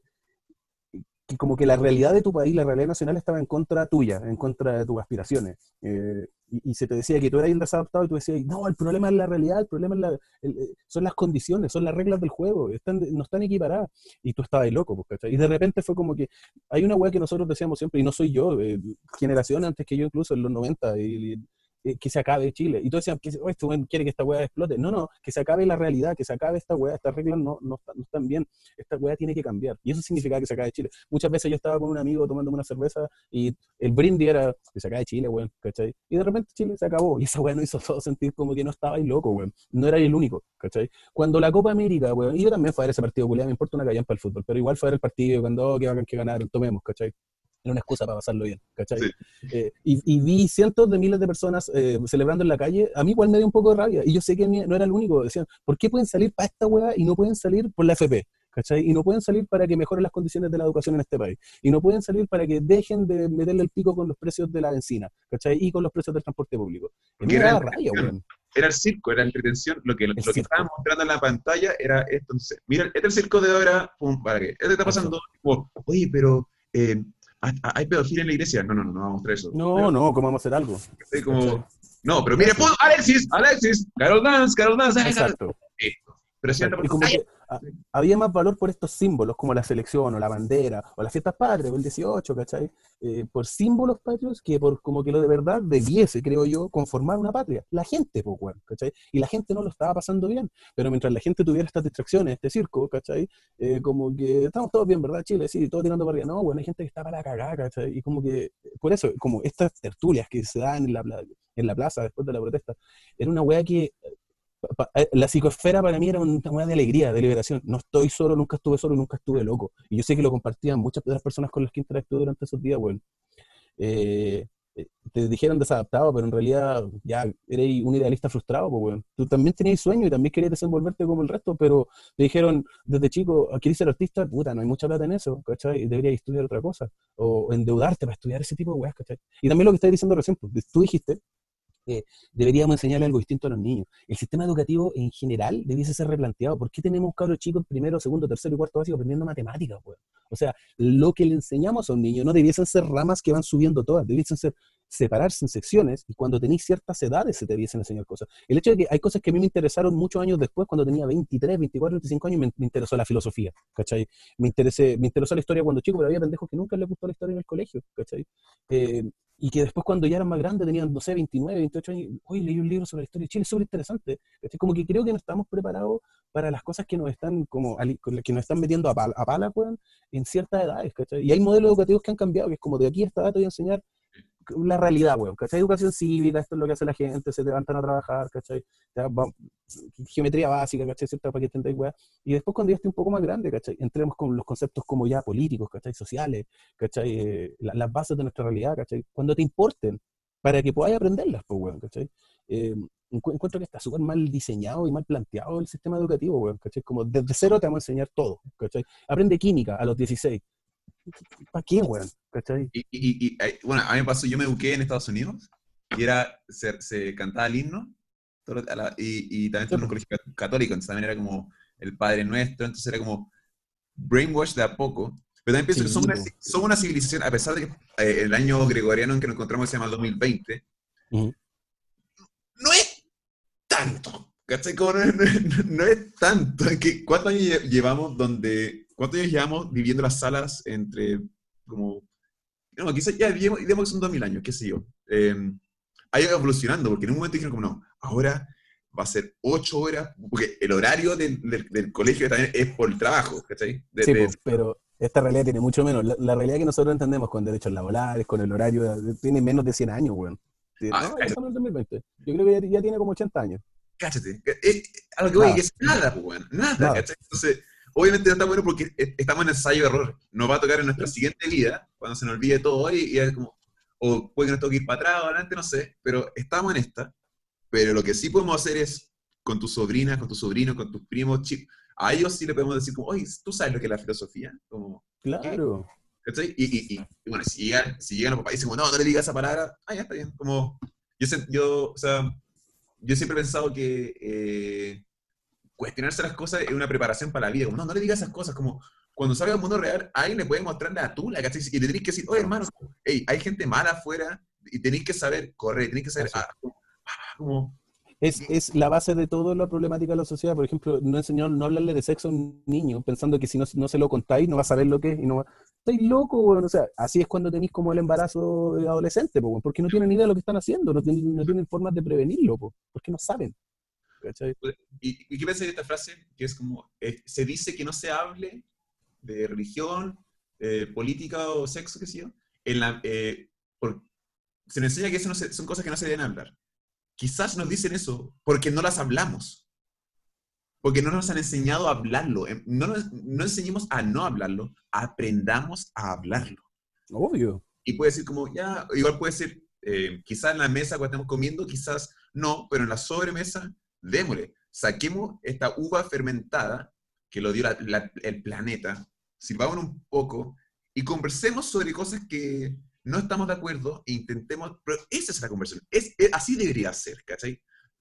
que como que la realidad de tu país, la realidad nacional estaba en contra tuya, en contra de tus aspiraciones. Eh, y, y se te decía que tú eras el desadaptado y tú decías, no, el problema es la realidad, el problema es la, el, eh, son las condiciones, son las reglas del juego, están, no están equiparadas. Y tú estabas ahí loco, pues, ¿cachai? Y de repente fue como que hay una weá que nosotros decíamos siempre, y no soy yo, eh, generación antes que yo incluso en los noventa y, y eh, que se acabe Chile. Y tú decías, que oh, este weón quiere que esta weá explote. No, no, que se acabe la realidad, que se acabe esta weá, estas reglas no, no, no están bien, esta weá tiene que cambiar. Y eso significaba que se acabe Chile. Muchas veces yo estaba con un amigo tomándome una cerveza y el brindis era que se acabe Chile, weón, ¿cachai? Y de repente Chile se acabó. Y esa weá nos hizo todo sentir como que no estaba ahí loco, weón. No era el único, ¿cachai? Cuando la Copa América, weón, y yo también fui a ver ese partido, culiado, me importa una callampa el fútbol, pero igual fue a ver el partido, cuando, oh, que bacán que ganaron, tomemos, ¿cachai? Era una excusa para pasarlo bien, ¿cachai? Sí. Eh, y, y vi cientos de miles de personas eh, celebrando en la calle, a mí igual me dio un poco de rabia, y yo sé que no era el único, decían, ¿por qué pueden salir para esta weá y no pueden salir por la F P? ¿Cachai? Y no pueden salir para que mejoren las condiciones de la educación en este país. Y no pueden salir para que dejen de meterle el pico con los precios de la benzina, ¿cachai? Y con los precios del transporte público. Y a mí Porque me es real daba rabia, protección. weón. era el circo, era la entretención, lo que, lo El que estaban circo. mostrando en la pantalla era esto. Entonces, mira, este es el circo de ahora, pum, para qué. Este está Eso. pasando, como, oye, pero eh, ¿hay hay pedofilia en la iglesia? No, no, no, no vamos a mostrar eso. No, Pero, no, ¿cómo vamos a hacer algo? eh, ¿Cachai? como, no, pero Y mire, pum, eso. Alexis, Alexis, Carol Dance, Carol Dance, ay, Carol- Exacto. esto. Pero si anda Exacto. por Y tu como calle. que ah, había más valor por estos símbolos, como la selección o la bandera o las fiestas patrias o el dieciocho, ¿cachai? Eh, por símbolos patrios que por como que lo de verdad debiese, creo yo, conformar una patria. La gente, pues, weón, ¿cachai? Y la gente no lo estaba pasando bien. Pero mientras la gente tuviera estas distracciones, este circo, ¿cachai? Eh, como que estamos todos bien, ¿verdad? Chile, sí, todo tirando para arriba. No, bueno, hay gente que está para la cagada, ¿cachai? Y como que, por eso, como estas tertulias que se dan en la, pla- en la plaza después de la protesta, era una weá que pa- eh, la psicosfera para mí era una una de alegría, de liberación. No estoy solo, nunca estuve solo, nunca estuve loco. Y yo sé que lo compartían muchas de las personas con las que interactué durante esos días, bueno. Eh, eh, Te dijeron desadaptado, pero en realidad ya eres un idealista frustrado, pues, weón. Tú también tenías sueño y también querías desenvolverte como el resto, pero te dijeron desde chico, ¿quieres ser artista? Puta, no hay mucha plata en eso, ¿cachai? Deberías estudiar otra cosa. O endeudarte para estudiar ese tipo de weas, ¿cachai? Y también lo que estás diciendo recién, pues, tú dijiste eh, deberíamos enseñarle algo distinto a los niños. El sistema educativo en general debiese ser replanteado. ¿Por qué tenemos cabros chicos en primero, segundo, tercero y cuarto básico aprendiendo matemáticas, weón? O sea, lo que le enseñamos a un niño no debiesen ser ramas que van subiendo todas, debiesen ser separarse en secciones y cuando tenéis ciertas edades se te debiesen enseñar cosas. El hecho de que hay cosas que a mí me interesaron muchos años después, cuando tenía veintitrés, veinticuatro, veinticinco años, me, me interesó la filosofía, ¿cachai? Me, interesé, me interesó la historia cuando chico, pero había pendejos que nunca les gustó la historia en el colegio, ¿cachai? Eh, y que después cuando ya eran más grandes, tenían, no sé, veintinueve, veintiocho años, hoy leí un libro sobre la historia de Chile, es súper interesante. ¿Cachai? Como que creo que no estamos preparados para las cosas que nos están como ali- que nos están metiendo a pala, a pala weón, en ciertas edades, ¿cachai? Y hay modelos educativos que han cambiado, que es como de aquí a esta edad te voy a enseñar la realidad, weón, ¿cachai? Educación cívica, esto es lo que hace la gente, se levantan a trabajar, ¿cachai? Ya, va- geometría básica, ¿cachai? ¿Cierto? Para que entendáis, weón. Y después cuando ya esté un poco más grande, ¿cachai? Entremos con los conceptos como ya políticos, ¿cachai? Sociales, ¿cachai? Eh, la- las bases de nuestra realidad, ¿cachai? Cuando te importen, para que podáis aprenderlas, pues, weón, ¿cachai? Eh, encu- encuentro que está súper mal diseñado y mal planteado el sistema educativo, weón, ¿cachai? Como desde cero te vamos a enseñar todo, ¿cachai? Aprende química a los dieciséis. ¿Para qué, weón? ¿Cachai? Y, y- y- y, eh, bueno, a mí me pasó, yo me eduqué en Estados Unidos y era, se, se cantaba el himno todo lo- a la- y, y también Sí, estuve en un pues. colegio cat- católico, entonces también era como el Padre Nuestro, entonces era como brainwash de a poco. Pero también pienso que somos Sí, una, pues. somos una civilización, a pesar de que eh, el año gregoriano en que nos encontramos se llama el dos mil veinte, Ujú. no es tanto, ¿cachai? Como no, no- no es tanto. Es que, ¿cuántos años lle- llevamos donde, cuántos años llevamos viviendo las salas entre, como, no, quizás ya digamos, digamos que son dos mil años, qué sé yo. Eh, ha ido evolucionando, porque en un momento dijeron como, no, ahora va a ser ocho horas, porque el horario del, del, del colegio también es por el trabajo, ¿cachai? De, Sí, de- pues, pero esta realidad tiene mucho menos. La, la realidad que nosotros entendemos con derechos laborales, con el horario, eh, tiene menos de cien años, weón. Sí, ah, no, ya cáchate, estamos en el dos mil veinte. Yo creo que ya, ya tiene como ochenta años. cáchate. Eh, eh, a lo que voy, que Nada, es nada, pues, bueno, nada, nada. ¿cachai? Entonces, obviamente no está bueno porque eh, estamos en ensayo-error. Nos va a tocar en nuestra Sí, siguiente vida, cuando se nos olvide todo y, y es como, o puede que nos toque ir para atrás o adelante, no sé, pero estamos en esta. Pero lo que sí podemos hacer es, con tus sobrinas, con tus sobrinos, con tus primos, chi- a ellos sí le podemos decir como, oye, ¿tú sabes lo que es la filosofía? Como, ¿qué? claro. ¿Cachai? Y, y, y, y bueno, si llegan, si llegan los papás y dicen, como, no, no le digas esa palabra, ah, ya está bien. Como, yo, sé- yo, o sea, yo siempre he pensado que eh, cuestionarse las cosas es una preparación para la vida. Como, no, no le digas esas cosas. Como, cuando salga al mundo real, alguien le puede mostrar la tula, ¿cachai? Y le tenéis que decir, oye, hermano, hey, hay gente mala afuera y tenéis que saber correr, tenéis que saber, Eso. ah, como, Es, es la base de toda la problemática de la sociedad. Por ejemplo, no enseñar, no hablarle de sexo a un niño, pensando que si no, no se lo contáis, no va a saber lo que es y no va. Estáis loco, weón. O sea, así es cuando tenéis como el embarazo eh, adolescente, po, weón, porque no tienen ni idea de lo que están haciendo, no tienen, no tienen formas de prevenirlo, po, porque no saben. ¿Cachai? ¿Y, y qué pensás de esta frase? Que es como, eh, se dice que no se hable de religión, eh, política o sexo, qué sé yo, en la, eh, por- se nos enseña que eso no se- son cosas que no se deben hablar. Quizás nos dicen eso porque no las hablamos, porque no nos han enseñado a hablarlo. eh, No, nos- no enseñemos a no hablarlo, aprendamos a hablarlo. Obvio. Y puede decir como, ya, igual puede ser, eh, quizás en la mesa cuando estamos comiendo, quizás no, pero en la sobremesa, démosle, saquemos esta uva fermentada que lo dio la- la- el planeta, sirvámonos un poco y conversemos sobre cosas que no estamos de acuerdo e intentemos, pero esa es la conversación, es, es- así debería ser, ¿cachai?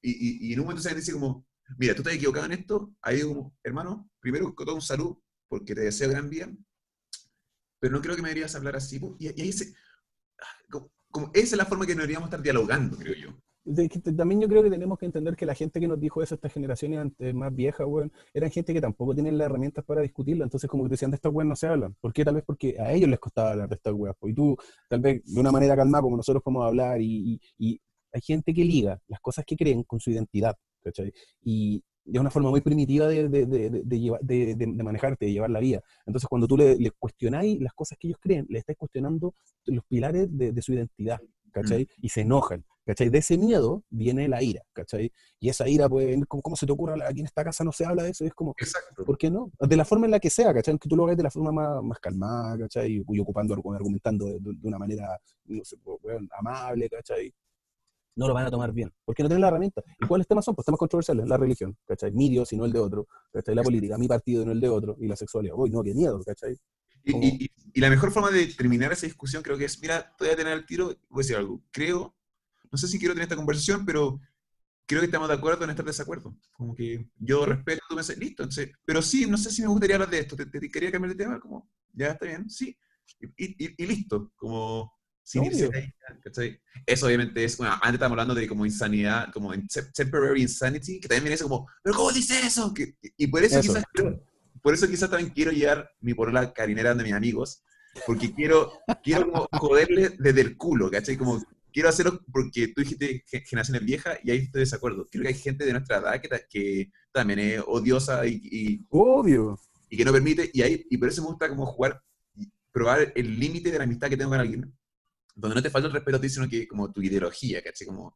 y, y, y en un momento se dice como, mira, tú estás equivocado en esto, ahí digo como, hermano, primero con todo un salud, porque te deseo gran bien, pero no creo que me deberías hablar así, po. Y, y ahí se, como, como esa es la forma que nos deberíamos estar dialogando, creo yo. De que t- también yo creo que tenemos que entender que la gente que nos dijo eso, estas generaciones antes, más viejas, weón, eran gente que tampoco tienen las herramientas para discutirlo. Entonces, como que decían, de estas weas no se hablan. ¿Por qué? Tal vez porque a ellos les costaba hablar de estas weas, po. Y tú, tal vez de una manera calmada, como nosotros podemos hablar, y, y, y hay gente que liga las cosas que creen con su identidad, ¿cachai? Y y es una forma muy primitiva de, de, de, de, de llevar- de- de- de manejarte, de llevar la vida. Entonces, cuando tú le, le cuestionáis las cosas que ellos creen, le estás cuestionando los pilares de, de su identidad, Mm, ¿cachai? Y se enojan. ¿Cachai? De ese miedo viene la ira, ¿cachai? Y esa ira, pues, ¿cómo, cómo se te ocurre? Aquí en esta casa no se habla de eso, y es como, exacto. ¿por qué no? De la forma en la que sea, ¿cachai? Que tú lo hagas de la forma más, más calmada, ¿cachai? Y, y ocupando, argumentando de, de una manera, no sé, pues, weón, amable, ¿cachai? No lo van a tomar bien, porque no tienen la herramienta. ¿Y cuáles temas son? Pues temas controversiales, la religión, ¿cachai? Mi Dios y no el de otro, ¿cachai? La política, mi partido y no el de otro, y la sexualidad. Uy, no, qué miedo, ¿cachai? Y, Como, y, y, y la mejor forma de terminar esa discusión creo que es, mira, te voy a tener el tiro, voy a decir algo. Creo, no sé si quiero tener esta conversación, pero creo que estamos de acuerdo en estar de desacuerdo. Como que yo ¿sí? respeto tu mensaje, listo. Entonces, pero sí, no sé si me gustaría hablar de esto. ¿Te, te quería cambiar de tema? Como, ya está bien, sí. Y, y, y listo. Como, sin irse Obvio. ahí, ¿cachai? Eso obviamente es, bueno, antes estábamos hablando de como insanidad, como en te- temporary insanity, que también viene eso como, pero ¿cómo dice eso? Que, y por eso quizás, Eso. por eso quizás también quiero llevar mi polola carinera de mis amigos, porque quiero, quiero como joderle desde el culo, ¿cachai? Como quiero hacerlo porque tú dijiste ge- generaciones viejas y ahí estoy de desacuerdo. Creo que hay gente de nuestra edad que, ta- que también es odiosa y, y, Obvio. y que no permite, y, ahí, y por eso me gusta como jugar, y probar el límite de la amistad que tengo con alguien, donde no te falta el respeto a ti, sino que como tu ideología, ¿cachai? Como,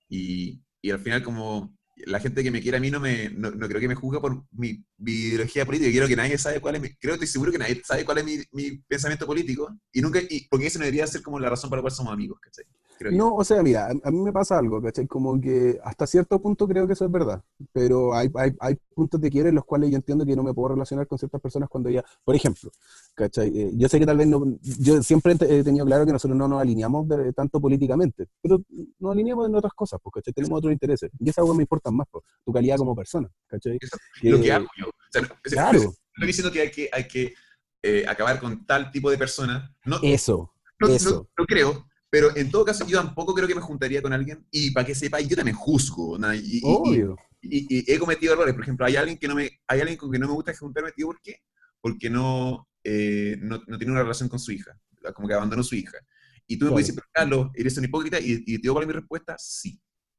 y, y al final como la gente que me quiere a mí no, me, no, no creo que me juzga por mi, mi ideología política, creo que nadie sabe cuál es mi, creo que estoy seguro que nadie sabe cuál es mi, mi pensamiento político, y nunca, y, porque eso no debería ser como la razón por la cual somos amigos, ¿cachai? Creo yo. No, o sea, mira, a, a mí me pasa algo, ¿cachai? Como que hasta cierto punto creo que eso es verdad, pero hay, hay, hay puntos de quiebre en los cuales yo entiendo que no me puedo relacionar con ciertas personas cuando ya, por ejemplo, ¿cachai? Eh, yo sé que tal vez no, yo siempre he te- he tenido claro que nosotros no nos alineamos de- tanto políticamente, pero nos alineamos en otras cosas, pues, ¿cachai? Tenemos otros intereses, y esas cosas me importan más, pues, tu calidad como persona, ¿cachai? Eso es lo que hago Que, yo. O sea, no, es- no es- claro, no estoy diciendo que hay que, hay que eh, acabar con tal tipo de persona. No, eso, no, no, eso, no creo. Pero en todo caso, yo tampoco creo que me juntaría con alguien. Y para que sepa, yo también juzgo, ¿no? Y, y, y, obvio, y- y he cometido errores. Por ejemplo, hay alguien que no me, hay alguien con quien no me gusta juntarme, tío, ¿por qué? Porque no, eh, no, no tiene una relación con su hija. Como que abandonó a su hija. Y tú me puedes claro. decir, pero Carlos, ¿eres un hipócrita? Y, y te digo cuál es mi respuesta, sí,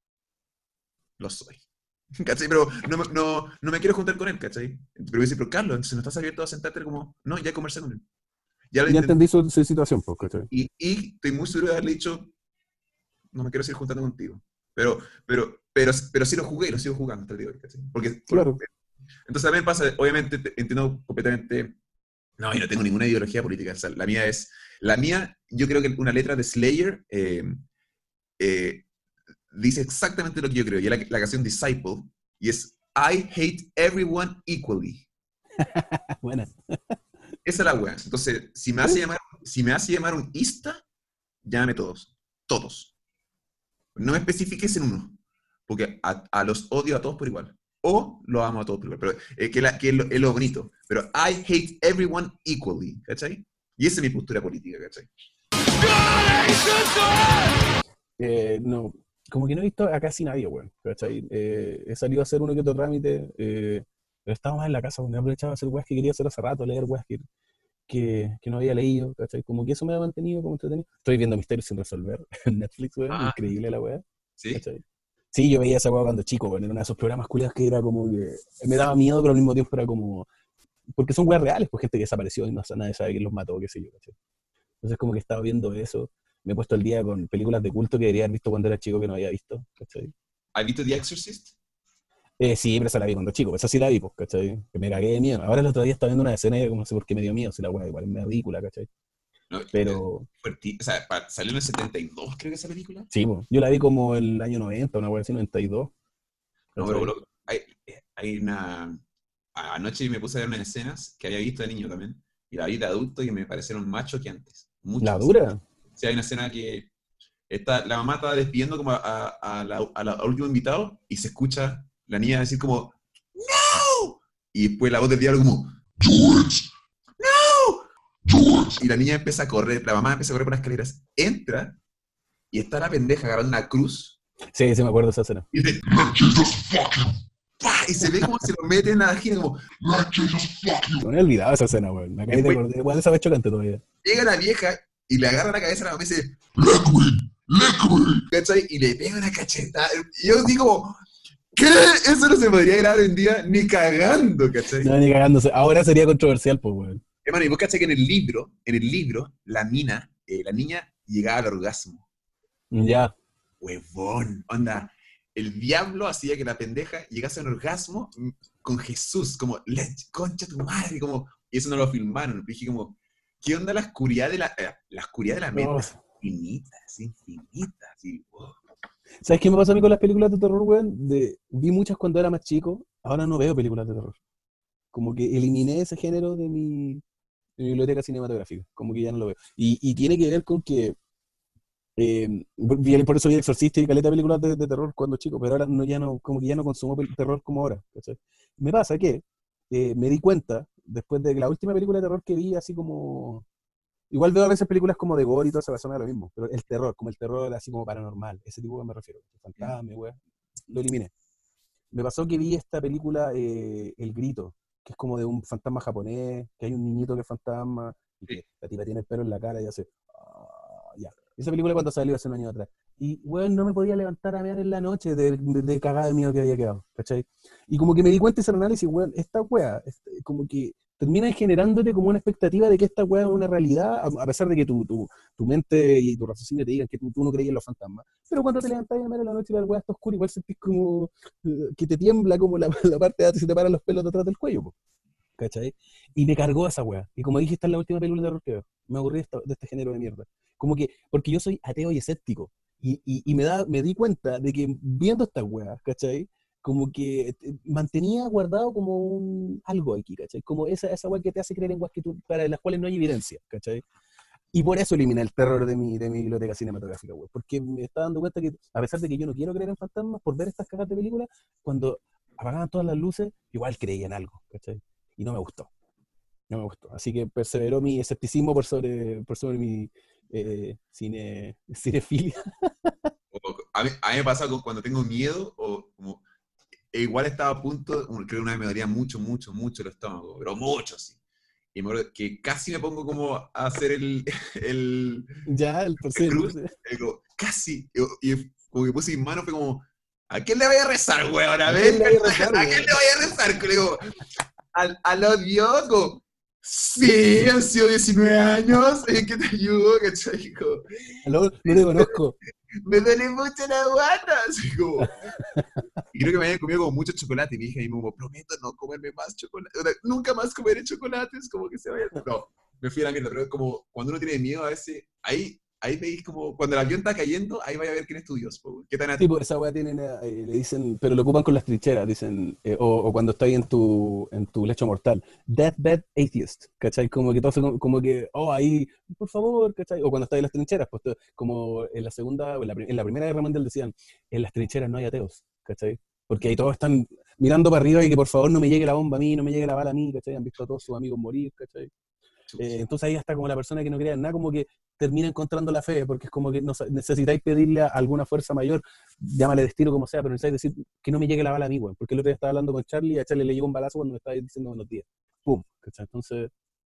lo soy. ¿Cachai? Pero no, me- no, no me quiero juntar con él, ¿cachai? Pero me dice, pero Carlos, entonces no estás abierto a sentarte como, no, ya conversé con él. Ya lo Ya intenté. entendí su, su situación, pues, ¿cachai? Y, y estoy muy seguro de haberle dicho, no me quiero seguir juntando contigo. Pero, pero, pero, pero sí lo jugué y lo sigo jugando hasta el día de hoy, ¿cachai? Porque, por- Claro. entonces también pasa, obviamente te- entiendo completamente, no, yo no tengo ninguna ideología política. O sea, la mía es, la mía, yo creo que una letra de Slayer eh, eh, dice exactamente lo que yo creo. Y es la, la canción Disciple, y es I hate everyone equally. Buena. Esa es la wea. Entonces, si me hace Sí. llamar, si me hace llamar un ista, llámame todos. Todos. No me especifiques en uno. Porque a, a los odio a todos por igual. O los amo a todos por igual. Pero eh, que, la- que es, lo, es lo bonito. Pero I hate everyone equally. ¿Cachai? Y esa es mi postura política, ¿cachai? Eh, no, como que no he visto a casi nadie, weón, ¿cachai? Eh, he salido a hacer uno que otro trámite, eh, pero estaba más en la casa, donde he aprovechado a hacer weas que quería hacer hace rato, leer weas que, que, que no había leído, ¿cachai? Como que eso me ha mantenido como entretenido. Estoy viendo Misterios sin resolver en Netflix, weón, Ah, increíble la wea, ¿sí? ¿cachai? Sí, yo veía esa wea cuando chico, weón, era uno de esos programas culiados que era como que me daba miedo, pero al mismo tiempo era como, porque son weas reales, pues gente que desapareció y no nadie sabe quién los mató, qué sé yo, ¿cachai? Entonces como que estaba viendo eso, me he puesto al día con películas de culto que debería haber visto cuando era chico que no había visto, ¿cachai? ¿Has visto The Exorcist? Eh, sí, pero esa la vi cuando chico, esa sí la vi, pues, ¿cachai? Que me cagué de miedo. Ahora el otro día estaba viendo una escena y como no sé por qué me dio miedo, si la weá igual es medio ridícula, ¿cachai? No, eh, Pero fuerti- o sea, pa- salió en el setenta y dos, creo que esa película. sí, pues, yo la vi como el año noventa, una weá así, noventa y dos, No, pero ¿cachai? boludo, hay, hay una... a- Anoche me puse a ver unas escenas que había visto de niño también, y la vi de adulto y me parecieron más choqueantes. La Mucho. dura, Sí, hay una escena que Está, la mamá estaba despidiendo como a, a, a la, a la- al último invitado y se escucha la niña decir como ¡No! Y después la voz del diablo como ¡George! ¡No! ¡George! Y la niña empieza a correr, la mamá empieza a correr por las escaleras, entra y está la pendeja agarrando una cruz Sí, sí me acuerdo de esa escena. y dice ¡Let Jesus fuck you! ¡Pah! Y se ve como se lo mete en la vagina como ¡Let Jesus fuck you! No me he olvidado esa escena, weón. Me acabé de Después acordar. Igual esa vez chocante todavía. llega la vieja y le agarra la cabeza a la mamá y dice ¡Liquid! ¡Liquid! ¿Cachai? Y le pega una cachetada. Y yo digo, ¿qué? Eso no se podría grabar hoy en día ni cagando, ¿cachai? No, ni cagándose. Ahora sería controversial, pues, weón. Hermano, y vos cachai que en el libro, en el libro, la mina, eh, la niña llegaba al orgasmo. Ya. Huevón, onda. El diablo hacía que la pendeja llegase a un orgasmo mm, con Jesús, como, "Le- concha tu madre", como, y eso no lo filmaron. Y dije como, ¿qué onda la oscuridad de la, eh, la oscuridad de la mente? Oh. Es infinita, es infinita, así, wow. ¿Sabes qué me pasa a mí con las películas de terror, weón? De, vi muchas cuando era más chico, ahora no veo películas de terror. Como que eliminé ese género de mi, de mi biblioteca cinematográfica, como que ya no lo veo. Y, y tiene que ver con que, eh, vi- por eso vi Exorcista y caleta de películas de, de terror cuando chico, pero ahora no, ya no, como que ya no consumo pel- terror como ahora, ¿cachai? Me pasa que eh, me di cuenta, después de que la última película de terror que vi, así como... Igual veo a veces películas como de gore y todo eso, eso me da lo mismo, pero el terror, como el terror así como paranormal, ese tipo que me refiero, fantasma, weón, lo eliminé. Me pasó que vi esta película, eh, El Grito, que es como de un fantasma japonés, que hay un niñito que es fantasma, y Sí. que la tipa tiene el pelo en la cara y hace, "Ah", ya. Esa película cuando salió hace un año atrás. Y, weón, no me podía levantar a ver en la noche de, de, de cagada de miedo que había quedado, ¿cachai? Y como que me di cuenta de ese análisis, weón, esta weá, este, como que termina generándote como una expectativa de que esta weá es una realidad, a, a pesar de que tu, tu, tu mente y tu raciocinio te digan que tú, tú no creías en los fantasmas. Pero cuando te levantas a ver en la noche y la weá está oscura, igual sentís como eh, que te tiembla como la, la parte de atrás y se te paran los pelos detrás del cuello, po, ¿cachai? Y me cargó esa weá. Y como dije, esta es la última película de terror que veo. Me aburrí de, esta- de este género de mierda. Como que, porque yo soy ateo y escéptico. Y, y, y me, da, me di cuenta de que viendo estas weas, ¿cachai? Como que eh, mantenía guardado como un algo aquí, ¿cachai? Como esa, esa wea que te hace creer en weas que tú, para las cuales no hay evidencia, ¿cachai? Y por eso eliminé el terror de mi, de mi biblioteca cinematográfica, weón. Porque me estaba dando cuenta que, a pesar de que yo no quiero creer en fantasmas, por ver estas cagas de películas, cuando apagaban todas las luces, igual creía en algo, ¿cachai? Y no me gustó, no me gustó. Así que perseveró mi escepticismo por sobre, por sobre mi eh, cine, cinefilia. O- a, mí, a mí me pasa con- cuando tengo miedo, o como, e igual estaba a punto, creo que una vez me dolía mucho, mucho, mucho el estómago, pero mucho, sí. Y me acuerdo que casi me pongo como a hacer el, el, Ya, el el porcentaje. cruz, y digo, casi, y, y como que puse mis manos, fue como, ¿a quién le voy a rezar, weón? A ¿A quién ver, le voy a rezar, ¿a quién weón? le voy a rezar? Que le digo, ¿a, a los Dios? Como, sí, han sido diecinueve años, ¿en qué te ayudo? ¿Cachai? Como, No, no te conozco. me duele mucho la guata, así como, y creo que me había comido como mucho chocolate y dije, y me como, prometo no comerme más chocolate, o sea, nunca más comeré chocolates, como que se vaya. No, me fui a la mierda, pero es como cuando uno tiene miedo a veces, ahí, ahí veis como, cuando el avión está cayendo, ahí vaya a ver quién es tu Dios, po, qué tan Sí, at- pues esa weá tienen, eh, le dicen, pero lo ocupan con las trincheras, dicen, eh, o, o cuando estás ahí en tu, en tu lecho mortal. Deathbed Atheist, ¿cachai? Como que todo se- como que, oh, ahí, por favor, ¿cachai? O cuando estás en las trincheras, pues to- como en la segunda, o en la, pri- en la primera guerra mundial decían, en las trincheras no hay ateos, ¿cachai? Porque ahí todos están mirando para arriba y que por favor no me llegue la bomba a mí, no me llegue la bala a mí, ¿cachai? Han visto a todos sus amigos morir, ¿cachai? Eh, entonces ahí está como la persona que no crea en nada, como que termina encontrando la fe, porque es como que no, sa- necesitáis pedirle a alguna fuerza mayor, llámale destino como sea, pero necesitáis decir que no me llegue la bala a mí, weón, porque el otro día estaba hablando con Charlie y a Charlie le llegó un balazo cuando me estaba diciendo buenos días. ¡Pum! ¿Cachai? Entonces,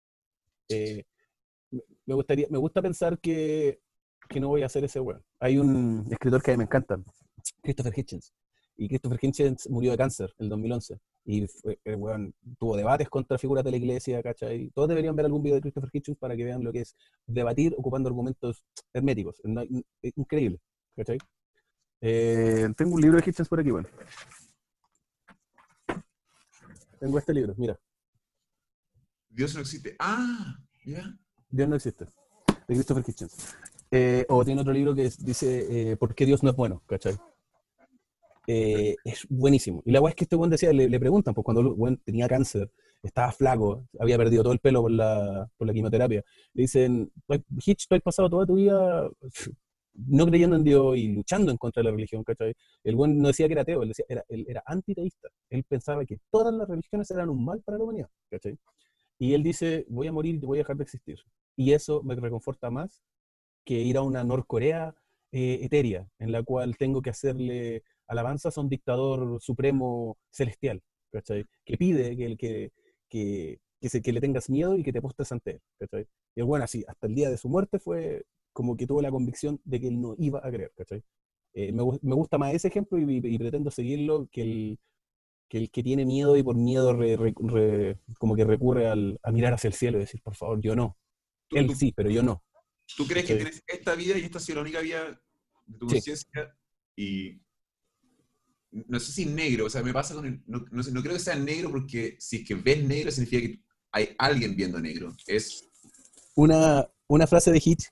eh, me gustaría, me gusta pensar que, que no voy a hacer ese weón. Hay un escritor que a mí me encanta, Christopher Hitchens. Y Christopher Hitchens murió de cáncer en el dos mil once. Y fue, eh, weón, tuvo debates contra figuras de la iglesia, ¿cachai? Todos deberían ver algún video de Christopher Hitchens para que vean lo que es debatir ocupando argumentos herméticos. No- Es increíble, ¿cachai? Eh, tengo un libro de Hitchens por aquí, bueno. Tengo este libro, mira. Dios no existe. Ah, ya. Dios no existe, de Christopher Hitchens. Eh, o tiene otro libro que es- dice eh, ¿Por qué Dios no es bueno? ¿Cachai? Eh, es buenísimo. Y la weá es que este weón decía, le, le preguntan, pues cuando el weón tenía cáncer, estaba flaco, había perdido todo el pelo por la, por la quimioterapia. Le dicen, "Pues, Hitch, tú has pasado toda tu vida no creyendo en Dios y luchando en contra de la religión, ¿cachai? El buen no decía que era ateo, él, decía, era, él era antiteísta. Él pensaba que todas las religiones eran un mal para la humanidad, ¿cachai? Y él dice, voy a morir, voy a dejar de existir. Y eso me reconforta más que ir a una Norcorea eh, etérea, en la cual tengo que hacerle alabanzas a un dictador supremo celestial, ¿cachai? Que pide que, que, que, que, se, que le tengas miedo y que te postes ante él, ¿cachai? Y el bueno, así, hasta el día de su muerte fue como que tuvo la convicción de que él no iba a creer, ¿cachai? Eh, me, me, gusta más ese ejemplo y, y, y pretendo seguirlo que el, que el que tiene miedo y por miedo re, re, re, como que recurre al, a mirar hacia el cielo y decir, por favor, yo no. ¿Tú, Él tú, sí, pero yo no. ¿Tú crees que ¿Cachai? tienes esta vida y esta ha sido la única vida de tu Sí. conciencia? Y no sé si negro, o sea, me pasa con el, no, no, sé, no creo que sea negro porque si es que ves negro significa que hay alguien viendo negro. Es... Una, una frase de Hitch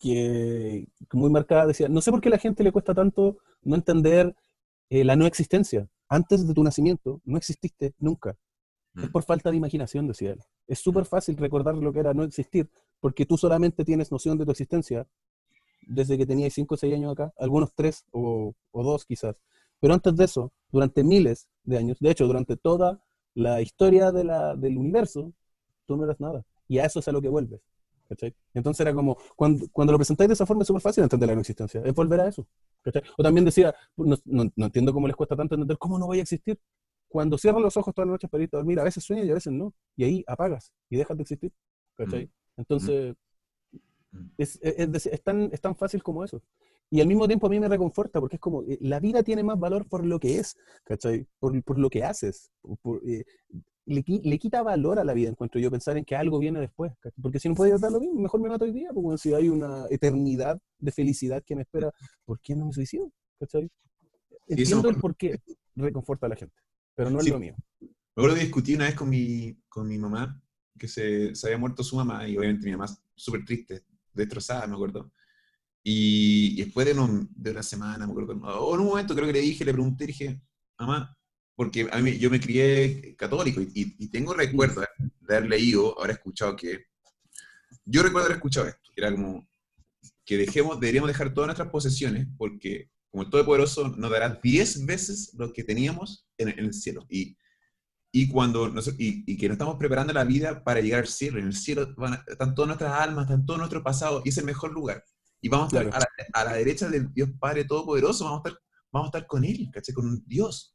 que muy marcada decía, no sé por qué a la gente le cuesta tanto no entender eh, la no existencia. Antes de tu nacimiento no exististe nunca. Es Mm, por falta de imaginación, decía él. Es mm, súper fácil recordar lo que era no existir, porque tú solamente tienes noción de tu existencia desde que tenías cinco o seis años acá, algunos tres o, o dos quizás. Pero antes de eso, durante miles de años, de hecho, durante toda la historia de la, del universo, tú no eras nada. Y a eso es a lo que vuelves. ¿Cachai? Entonces era como, cuando, cuando lo presentáis de esa forma es súper fácil entender la no existencia, es volver a eso. ¿Cachai? O también decía, no, no, no entiendo cómo les cuesta tanto entender cómo no voy a existir. Cuando cierras los ojos todas las noches para irte a dormir, a veces sueñas y a veces no. Y ahí apagas y dejas de existir. mm, ¿Cachai? mm, Entonces, mm. es, es, es, es tan, es tan fácil como eso. Y al mismo tiempo a mí me reconforta, porque es como, eh, la vida tiene más valor por lo que es, ¿cachai? Por, por lo que haces. Por, por, eh, le, le, quita valor a la vida, encuentro yo, pensar en que algo viene después. ¿Cachai? Porque si no puedo dar lo mismo, mejor me mato hoy día, porque bueno, si hay una eternidad de felicidad que me espera, ¿por qué no me suicido? ¿Cachai? Sí, eso me Entiendo el acuerdo. por qué reconforta a la gente, pero no es Sí, lo me mío. acuerdo que discutí una vez con mi, con mi mamá, que se, se había muerto su mamá, y obviamente mi mamá súper triste, destrozada, me acuerdo. Y, y después de, un- de una semana, me acuerdo, o en un momento creo que le dije, le pregunté, dije, mamá, porque a mí, yo me crié católico y, y- y tengo Mm, recuerdo de haber leído, haber escuchado que, yo recuerdo haber escuchado esto, que era como que dejemos, deberíamos dejar todas nuestras posesiones porque como el Todopoderoso nos dará diez veces lo que teníamos en, en el cielo. Y, y, cuando nos, y, y que nos estamos preparando la vida para llegar al cielo. En el cielo van a- están todas nuestras almas, están todo nuestro pasado y es el mejor lugar. Y vamos a estar claro. a la, a la derecha del Dios Padre Todopoderoso, vamos a estar, vamos a estar con Él, ¿cachai? Con un Dios.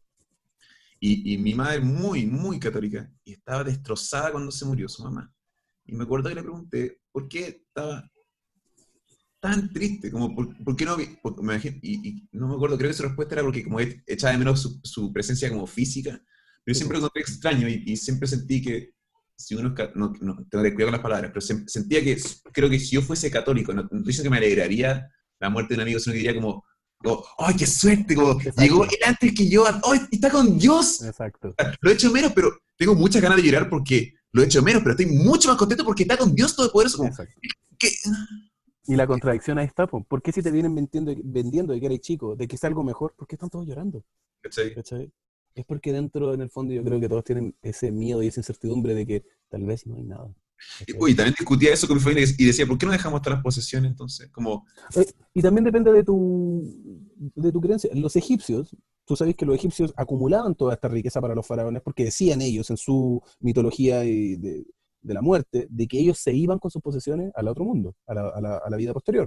Y, y mi madre muy, muy católica y estaba destrozada cuando se murió su mamá. Y me acuerdo que le pregunté, ¿por qué estaba tan triste? Como, ¿por, por qué no? vi- por- me imagino- y, y no me acuerdo, creo que su respuesta era porque como e- echaba de menos su, su presencia como física. Pero yo Sí, siempre po. lo encontré extraño y, y siempre sentí que, si uno es ca- no, no, tengo que cuidar con las palabras, pero se- sentía que, creo que si yo fuese católico, no, no dice que me alegraría la muerte de un amigo, sino que diría como, como, ¡ay, qué suerte! Como, llegó Exacto, él antes que yo, ¡ay, está con Dios! exacto, Lo he hecho menos, pero tengo muchas ganas de llorar porque lo he hecho menos, pero estoy mucho más contento porque está con Dios Todopoderoso. Como, exacto. ¿qué? Y la contradicción ahí está, po. ¿Por qué si te vienen vendiendo, vendiendo de que eres chico, de que es algo mejor, por qué están todos llorando? ¿Cachai? ¿Cachai? Es porque dentro, en el fondo, yo creo que todos tienen ese miedo y esa incertidumbre de que tal vez no hay nada. Y, ¿Cachai? uy, también discutía eso con mi familia y decía, ¿por qué no dejamos todas las posesiones entonces? Como, Eh, y también depende de tu, de tu creencia. Los egipcios, tú sabes que los egipcios acumulaban toda esta riqueza para los faraones porque decían ellos en su mitología y de, de la muerte, de que ellos se iban con sus posesiones al otro mundo, a la, a la, a la vida posterior.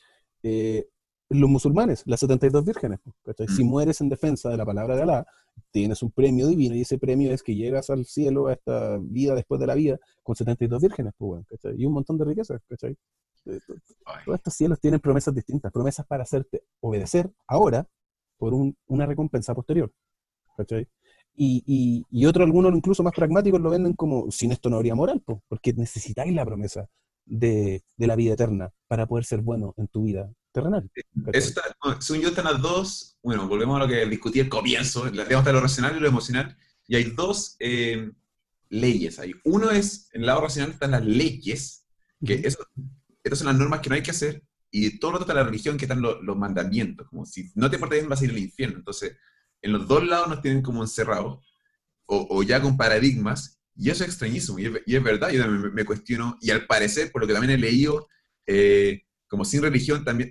Eh, los musulmanes, las setenta y dos vírgenes, ¿cachai? Si mm, mueres en defensa de la palabra de Alá, tienes un premio divino y ese premio es que llegas al cielo, a esta vida después de la vida, con setenta y dos vírgenes, pues, bueno, ¿cachai? Y un montón de riquezas, ¿cachai? Eh, to- ay, Todos estos cielos tienen promesas distintas, promesas para hacerte obedecer ahora por un- una recompensa posterior, ¿cachai? Y, y, y otros, algunos incluso más pragmáticos, lo venden como, sin esto no habría moral, po, porque necesitáis la promesa de, de la vida eterna para poder ser bueno en tu vida terrenal, eso ¿cachai? está, bueno, según yo están las dos, bueno, volvemos a lo que discutí al comienzo, la- digamos, está lo racional y lo emocional, y hay dos eh, leyes ahí. Uno es, en el lado racional están las leyes, que Ujú. eso, estas son las normas que no hay que hacer, y todo lo otro está la religión, que están los, los mandamientos, como si no te portas bien vas a ir al infierno. Entonces, en los dos lados nos tienen como encerrados, o, o ya con paradigmas, y eso es extrañísimo, y es, y es verdad, yo también me, me cuestiono, y al parecer, por lo que también he leído, eh, como sin religión también,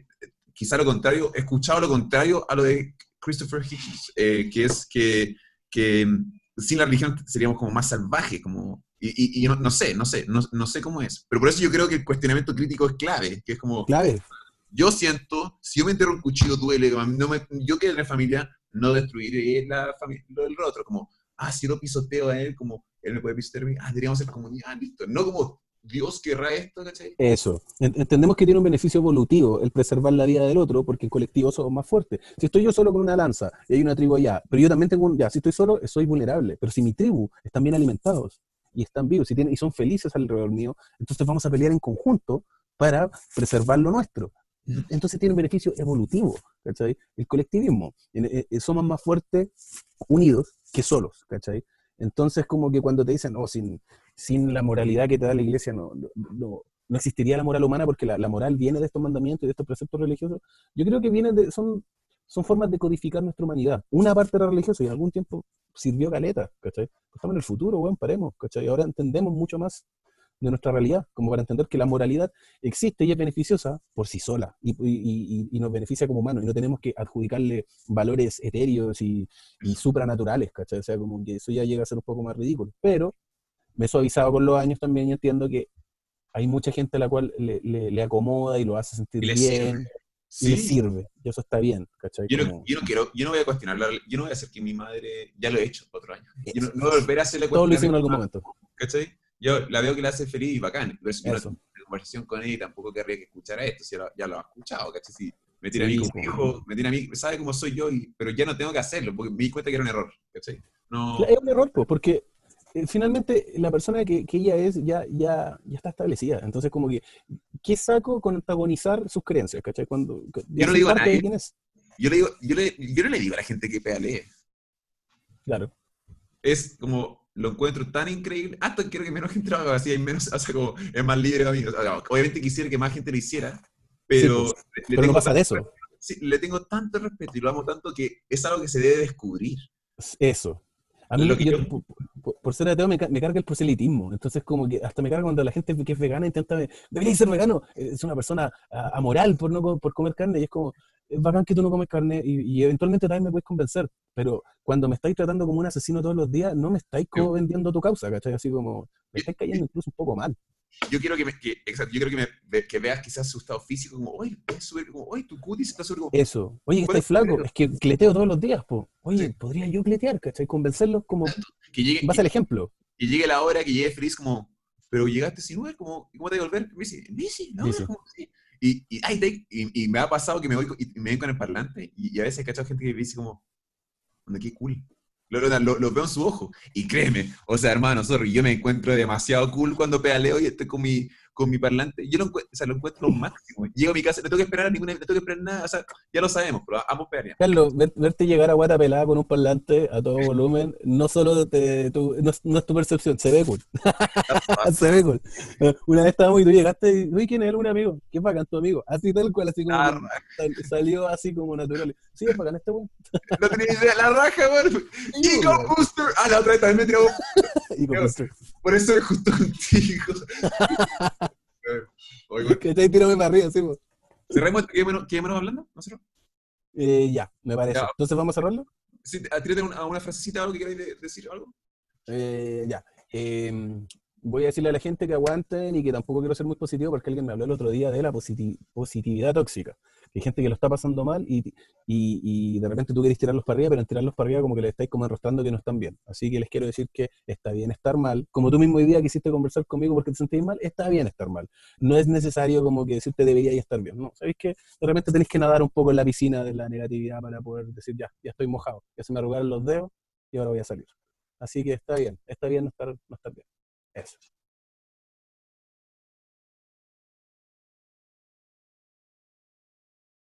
quizá lo contrario, he escuchado lo contrario a lo de Christopher Hitchens, eh, que es que, que sin la religión seríamos como más salvajes, como, y, y, y no, no sé, no sé, no, no sé cómo es. Pero por eso yo creo que el cuestionamiento crítico es clave, que es como, Clave. yo siento, si yo me entierro un cuchillo duele, no me, yo que en familia no destruiré la familia, lo del otro, como, ah, si lo pisoteo a él, como, él me puede pisotear a mí, ah, deberíamos ser comunidad, listo. No como, Dios querrá esto, ¿cachai? Eso. En- Entendemos que tiene un beneficio evolutivo el preservar la vida del otro, porque en colectivo somos más fuertes. Si estoy yo solo con una lanza y hay una tribu allá, pero yo también tengo un, ya, si estoy solo, soy vulnerable. Pero si mi tribu están bien alimentados y están vivos y, tienen, y son felices alrededor mío, entonces vamos a pelear en conjunto para preservar lo nuestro. Entonces tiene un beneficio evolutivo, ¿cachai? El colectivismo. Eh, eh, somos más fuertes unidos que solos, ¿cachai? Entonces, como que cuando te dicen, oh, sin, sin la moralidad que te da la iglesia, no, no, no, no existiría la moral humana porque la, la moral viene de estos mandamientos y de estos preceptos religiosos. Yo creo que vienen de, son, son formas de codificar nuestra humanidad. Una parte era religiosa y en algún tiempo sirvió caleta, ¿cachai? Estamos en el futuro, weón, paremos, ¿cachai? Ahora entendemos mucho más de nuestra realidad, como para entender que la moralidad existe y es beneficiosa por sí sola y, y, y, y nos beneficia como humanos y no tenemos que adjudicarle valores etéreos y, y supranaturales, ¿cachai? O sea, como que eso ya llega a ser un poco más ridículo. Pero me he suavizado con los años también y entiendo que hay mucha gente a la cual le, le, le acomoda y lo hace sentir Y les sirve. bien y le Sí. sirve, y eso está bien, ¿cachai? Yo no, Como, yo no quiero, yo no voy a cuestionar, la, yo no voy a hacer que mi madre, ya lo he hecho otro año, yo no, no voy a volver a hacerle todos lo hicimos en cuestionamiento, algún momento. ¿cachai? Yo la veo que la hace feliz y bacán, pero yo no Eso. tengo una conversación con ella y tampoco querría que escuchara esto, si ya lo, ya lo ha escuchado, ¿cachai? Si me tiene a mí Sí, como pues. hijo, me tiene a mí, sabe cómo soy yo, y, pero ya no tengo que hacerlo, porque me di cuenta que era un error, ¿cachai? No, Es un error, pues, porque eh, finalmente la persona que, que ella es ya, ya, ya está establecida. Entonces, como que, ¿qué saco con antagonizar sus creencias? ¿Cachai? Cuando yo ya no le soy digo a parte de nadie, quién es. yo, le digo, yo, le, yo no le digo a la gente que pedalee, Claro. es como, lo encuentro tan increíble, hasta quiero que menos gente lo haga así, hay menos, o sea, como, es más libre a mí. O sea, obviamente quisiera que más gente lo hiciera, Sí, pero pues. le, le Pero no tengo pasa tanto, de eso. sí, le tengo tanto respeto y lo amo tanto que es algo que se debe descubrir. Eso. A mí, Lo que yo, yo, por, por- por ser ateo, me, ca- me carga el proselitismo. Entonces, como que hasta me carga cuando la gente que es vegana intenta, debería ser vegano. Es una persona ah, amoral por no co- por comer carne. Y es como, es bacán que tú no comes carne y, y eventualmente también me puedes convencer. Pero cuando me estáis tratando como un asesino todos los días, no me estáis como yo, vendiendo tu causa, ¿cachai? Así como, me estáis cayendo incluso un poco mal. yo quiero que, me, que, exacto, yo quiero que, me, ve- que veas quizás su estado físico, como, oye, es súper, como, oye, tu cutis está súper, como, Eso. Oye, que puedes estáis flaco. creerlo. Es que cleteo todos los días, po. Sí, Oye, podría yo cletear, ¿cachai? Convencerlos como, que llegue, en base que, al ejemplo. que llegue la hora, que llegue feliz, como, pero llegaste sin Uber, como, ¿y cómo te voy a volver? Me dice, en bici, no, es Dice. como, sí. Y, y, ay, te- y, y me ha pasado que me voy, con- y me voy con el parlante y, y a veces he cachado gente que me dice como, onda, qué cool. Lo, lo, lo- lo veo en su ojo. Y créeme, o sea, hermano, sorry, yo me encuentro demasiado cool cuando pedaleo y estoy con mi, con mi parlante. Yo lo encuentro, o sea, lo encuentro lo máximo. Llego a mi casa, no tengo que esperar a ninguna, no tengo que esperar nada. O sea, ya lo sabemos, pero ambos pedaleamos. Carlos, ver- verte llegar a guata pelada con un parlante a todo volumen, no solo te, tu- no, es no es tu percepción, se ve cool. Se ve cool. Eh, Una vez estábamos y tú llegaste y, uy, ¿quién es él? Un amigo. ¿Qué es bacán tu amigo? Así tal cual, así como La que raja, sal- salió así como natural. Sí, es bacán este weón. no tenía idea, la raja, weón. Sí, pues, Ego weón. Booster. Ah, la otra vez también me tiró. Y con Buster. Por eso es justo contigo. Oye, Que te tírame para arriba, sí, pues. cerremos, ¿qué menos, qué menos hablando? ¿Nosotros? Eh, ya, me parece. Ya, Entonces, ¿vamos a cerrarlo? sí, ¿a ti te una, una frasecita, algo que queráis de- decir, algo? Eh, ya. Em, voy a decirle a la gente que aguanten y que tampoco quiero ser muy positivo porque alguien me habló el otro día de la positi- positividad tóxica. Que hay gente que lo está pasando mal y, y, y de repente tú querés tirarlos para arriba, pero en tirarlos para arriba como que le estáis como enrostrando que no están bien. Así que les quiero decir que está bien estar mal. Como tú mismo hoy día quisiste conversar conmigo porque te sentías mal, está bien estar mal. No es necesario como que decirte debería estar bien. No, sabéis que de repente tenéis que nadar un poco en la piscina de la negatividad para poder decir ya, ya estoy mojado, ya se me arrugaron los dedos y ahora voy a salir. Así que está bien, está bien no estar, no estar bien. Eso.